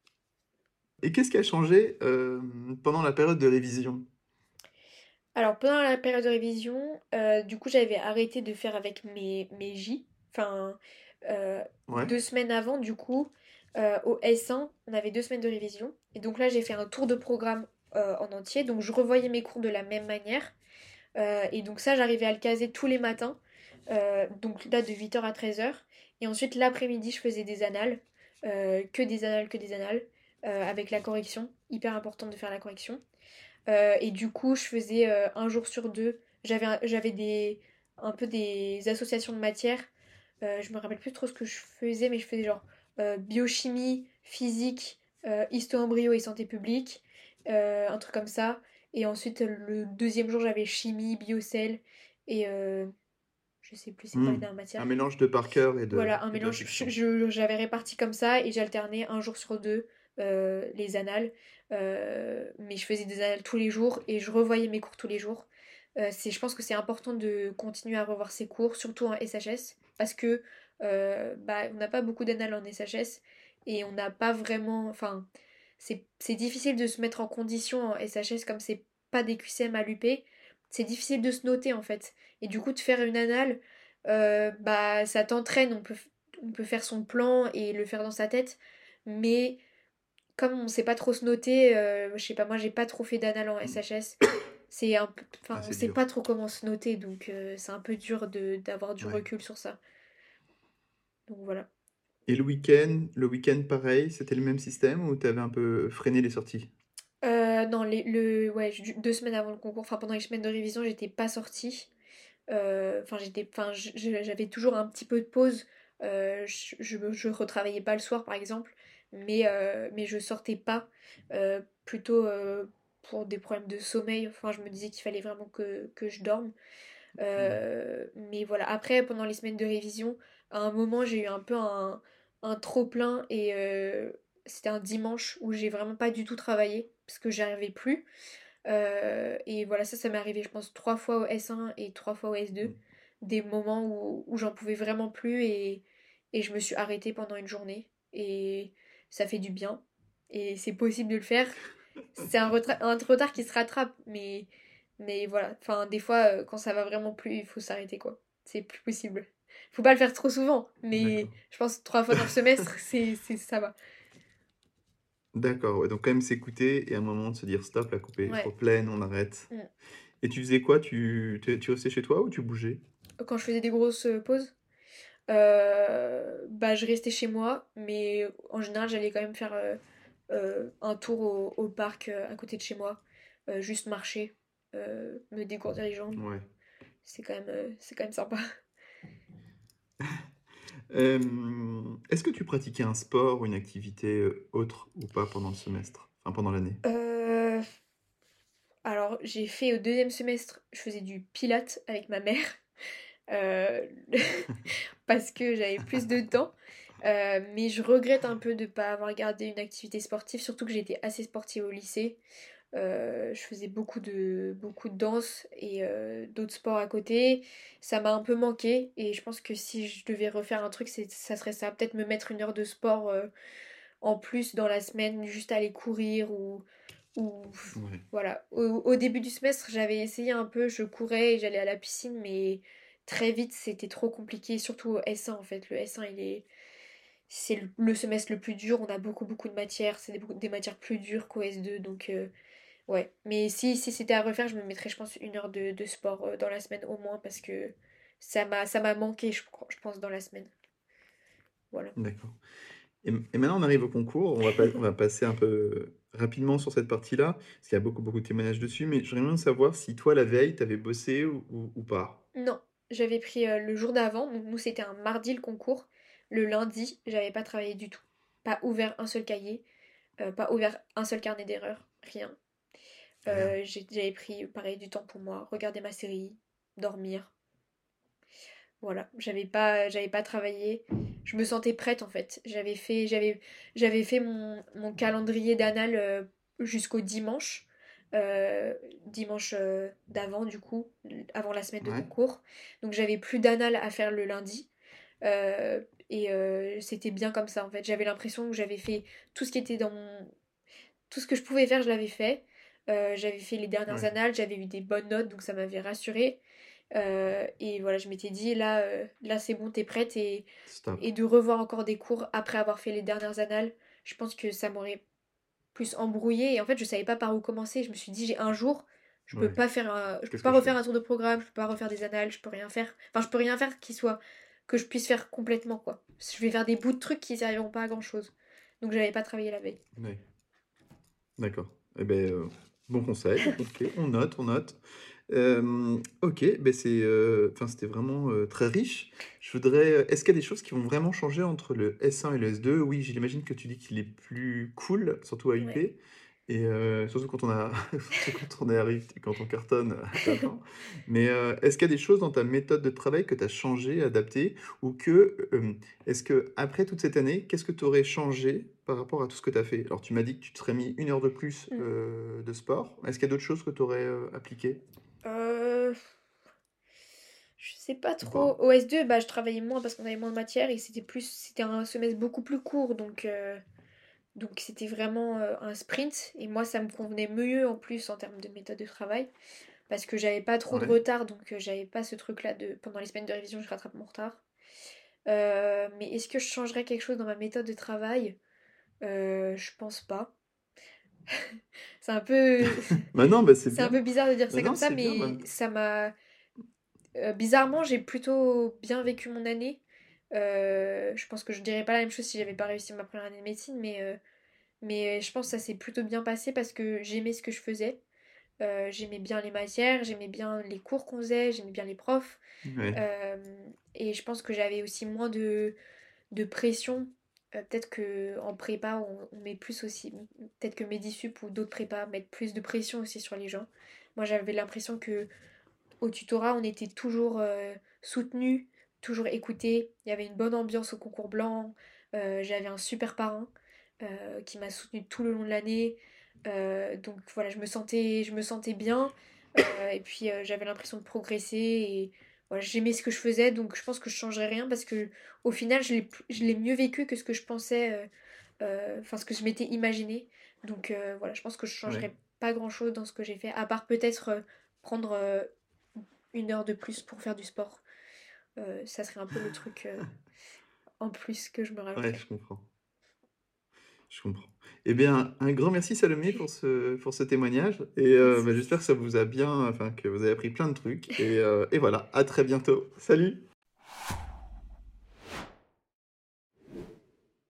Et qu'est-ce qui a changé, pendant la période de révision? Alors pendant la période de révision, du coup j'avais arrêté de faire avec mes J. Enfin, euh, Ouais, 2 semaines avant, du coup, au S1, on avait 2 semaines de révision. Et donc là j'ai fait un tour de programme en entier. Donc je revoyais mes cours de la même manière. Et donc ça j'arrivais à le caser tous les matins. Donc là de 8 heures à 13 heures. Et ensuite l'après-midi je faisais des annales. Que des annales, que des annales. Avec la correction. Hyper important de faire la correction. Et du coup, je faisais un jour sur deux. J'avais un peu des associations de matières. Je me rappelle plus trop ce que je faisais, mais je faisais genre biochimie, physique, histo-embryo et santé publique, un truc comme ça. Et ensuite, le deuxième jour, j'avais chimie, biocell et je sais plus c'est quoi les mmh. dernières Un matières. mélange de par cœur Voilà, un et de mélange. réflexion. J'avais réparti comme ça et j'alternais un jour sur deux les annales. Mais je faisais des annales tous les jours et je revoyais mes cours tous les jours. Je pense que c'est important de continuer à revoir ses cours, surtout en SHS, parce que bah, on n'a pas beaucoup d'annales en SHS et on n'a pas vraiment. Enfin, c'est difficile de se mettre en condition en SHS comme c'est pas des QCM à l'UP. C'est difficile de se noter en fait. Et du coup, de faire une annale bah ça t'entraîne, on peut faire son plan et le faire dans sa tête, mais comme on sait pas trop se noter, je sais pas, moi j'ai pas trop fait d'anal en Mmh. SHS, enfin Ah, on c'est sait dur. pas trop comment se noter, donc c'est un peu dur d'avoir du Ouais. recul sur ça. Donc voilà. Et le week-end pareil, c'était le même système ou tu avais un peu freiné les sorties? Non, ouais, 2 semaines avant le concours, enfin pendant les semaines de révision, j'étais pas sortie. J'avais toujours un petit peu de pause. Je retravaillais pas le soir, par exemple, mais je sortais pas. Plutôt pour des problèmes de sommeil. Enfin, je me disais qu'il fallait vraiment que je dorme. Mmh. Mais voilà, après, pendant les semaines de révision, à un moment, j'ai eu un peu un trop-plein et c'était un dimanche où j'ai vraiment pas du tout travaillé parce que j'y arrivais plus. Et voilà, ça m'est arrivé, je pense, 3 fois au S1 et 3 fois au S2. Mmh. Des moments où j'en pouvais vraiment plus et je me suis arrêtée pendant une journée. Et ça fait du bien. Et c'est possible de le faire. C'est un retard qui se rattrape, mais voilà. Enfin, des fois, quand ça va vraiment plus, il faut s'arrêter, quoi. C'est plus possible. Faut pas le faire trop souvent, mais D'accord. je pense 3 fois dans le semestre, ça va. D'accord, ouais, donc quand même s'écouter et à un moment de se dire: «Stop, la coupée est trop Ouais. pleine, on arrête». Mm. Et tu faisais quoi? Tu restais chez toi ou tu bougeais? quand je faisais des grosses pauses, bah, je restais chez moi, mais en général, j'allais quand même faire un tour au parc à côté de chez moi, juste marcher, me dégourdir les jambes. Ouais. C'est quand même sympa. Est-ce que tu pratiquais un sport ou une activité autre ou pas pendant le semestre, enfin pendant l'année? Euh, alors, j'ai fait au deuxième semestre, je faisais du pilates avec ma mère, euh, parce que j'avais plus de temps. Mais je regrette un peu de ne pas avoir gardé une activité sportive, surtout que j'étais assez sportive au lycée. Je faisais beaucoup de danse et d'autres sports à côté. Ça m'a un peu manqué et je pense que si je devais refaire un truc, ça serait ça. Peut-être me mettre une heure de sport en plus dans la semaine, juste aller courir ou Ouais. voilà. Au début du semestre, j'avais essayé un peu, je courais et j'allais à la piscine, mais très vite, c'était trop compliqué, surtout au S1 en fait. Le S1, c'est le semestre le plus dur, on a beaucoup de matières, c'est des matières plus dures qu'au S2, donc ouais. Mais si c'était à refaire, je me mettrais, je pense, une heure de sport dans la semaine au moins, parce que ça m'a manqué, je pense, dans la semaine. Voilà. D'accord. Et maintenant, on arrive au concours. On va passer un peu rapidement sur cette partie-là, parce qu'il y a beaucoup de témoignages dessus, mais j'aimerais bien savoir si toi, la veille, tu avais bossé ou pas. Non, j'avais pris le jour d'avant, donc nous c'était un mardi le concours. Le lundi, j'avais pas travaillé du tout. Pas ouvert un seul cahier, pas ouvert un seul carnet d'erreurs, rien. Rien. J'avais pris pareil du temps pour moi, regarder ma série, dormir. Voilà, j'avais pas travaillé. Je me sentais prête en fait. J'avais fait mon calendrier d'annales jusqu'au dimanche. Dimanche d'avant du coup, avant la semaine de Ouais. concours. Donc j'avais plus d'annales à faire le lundi. Et c'était bien comme ça en fait. J'avais l'impression que j'avais fait tout ce qui était dans mon... Tout ce que je pouvais faire, je l'avais fait. J'avais fait les dernières Ouais. annales, j'avais eu des bonnes notes, donc ça m'avait rassurée. Et voilà, je m'étais dit, là c'est bon, t'es prête. Stop. Et de revoir encore des cours après avoir fait les dernières annales, je pense que ça m'aurait plus embrouillé. Et en fait, je savais pas par où commencer. Je me suis dit, j'ai un jour, Ouais. je peux Qu'est-ce pas que je refaire fais? un tour de programme, je peux pas refaire des annales, je peux rien faire. Enfin, je peux rien faire que je puisse faire complètement, quoi. Je vais faire des bouts de trucs qui serviront pas à grand chose. Donc, j'avais pas travaillé la veille. Ouais. D'accord. Eh ben, bon conseil. Ok, on note, on note. Ok, ben enfin, c'était vraiment très riche. Je voudrais. Est-ce qu'il y a des choses qui vont vraiment changer entre le S1 et le S2? Oui, j'imagine que tu dis qu'il est plus cool, surtout à Ouais. UP, et surtout quand on a, surtout quand on est arrivé, quand on cartonne à plein temps. Mais est-ce qu'il y a des choses dans ta méthode de travail que tu as changé, adapté, ou est-ce que après toute cette année, qu'est-ce que tu aurais changé par rapport à tout ce que tu as fait? Alors, tu m'as dit que tu te serais mis une heure de plus Mm. de sport. Est-ce qu'il y a d'autres choses que tu aurais appliquées Euh, Je sais pas ou pas? trop. Au S2, bah, je travaillais moins parce qu'on avait moins de matière et c'était un semestre beaucoup plus court, donc c'était vraiment un sprint. Et moi, ça me convenait mieux en plus en termes de méthode de travail parce que j'avais pas trop de Ouais. retard, donc j'avais pas ce truc-là de pendant les semaines de révision, je rattrape mon retard. Mais est-ce que je changerais quelque chose dans ma méthode de travail? Je pense pas. C'est un peu, Bah non, bah c'est c'est un bien. peu bizarre de dire Bah ça comme non, ça, c'est bien. mais bizarrement, j'ai plutôt bien vécu mon année. Je pense que je dirais pas la même chose si j'avais pas réussi ma première année de médecine, mais je pense que ça s'est plutôt bien passé parce que j'aimais ce que je faisais. J'aimais bien les matières, j'aimais bien les cours qu'on faisait, j'aimais bien les profs. Ouais. Euh, et je pense que j'avais aussi moins de pression. Peut-être que en prépa, on met plus aussi. Peut-être que Medisup ou d'autres prépas mettent plus de pression aussi sur les gens. Moi, j'avais l'impression que au tutorat, on était toujours soutenus, toujours écoutés. Il y avait une bonne ambiance au concours blanc. J'avais un super parrain qui m'a soutenu tout le long de l'année. Donc voilà, je me sentais bien. Et puis j'avais l'impression de progresser. Et voilà, j'aimais ce que je faisais. Donc je pense que je changerais rien parce que au final, je l'ai mieux vécu que ce que je pensais. Enfin, ce que je m'étais imaginé. Donc voilà, je pense que je Ouais. changerais pas grand-chose dans ce que j'ai fait. À part peut-être prendre une heure de plus pour faire du sport. Ça serait un peu le truc en plus que je me Ouais, rajouterais. je comprends. Je comprends. Eh bien, un grand merci Salomé pour ce témoignage et Merci. j'espère que ça vous a bien enfin, que vous avez appris plein de trucs et voilà, à très bientôt. Salut!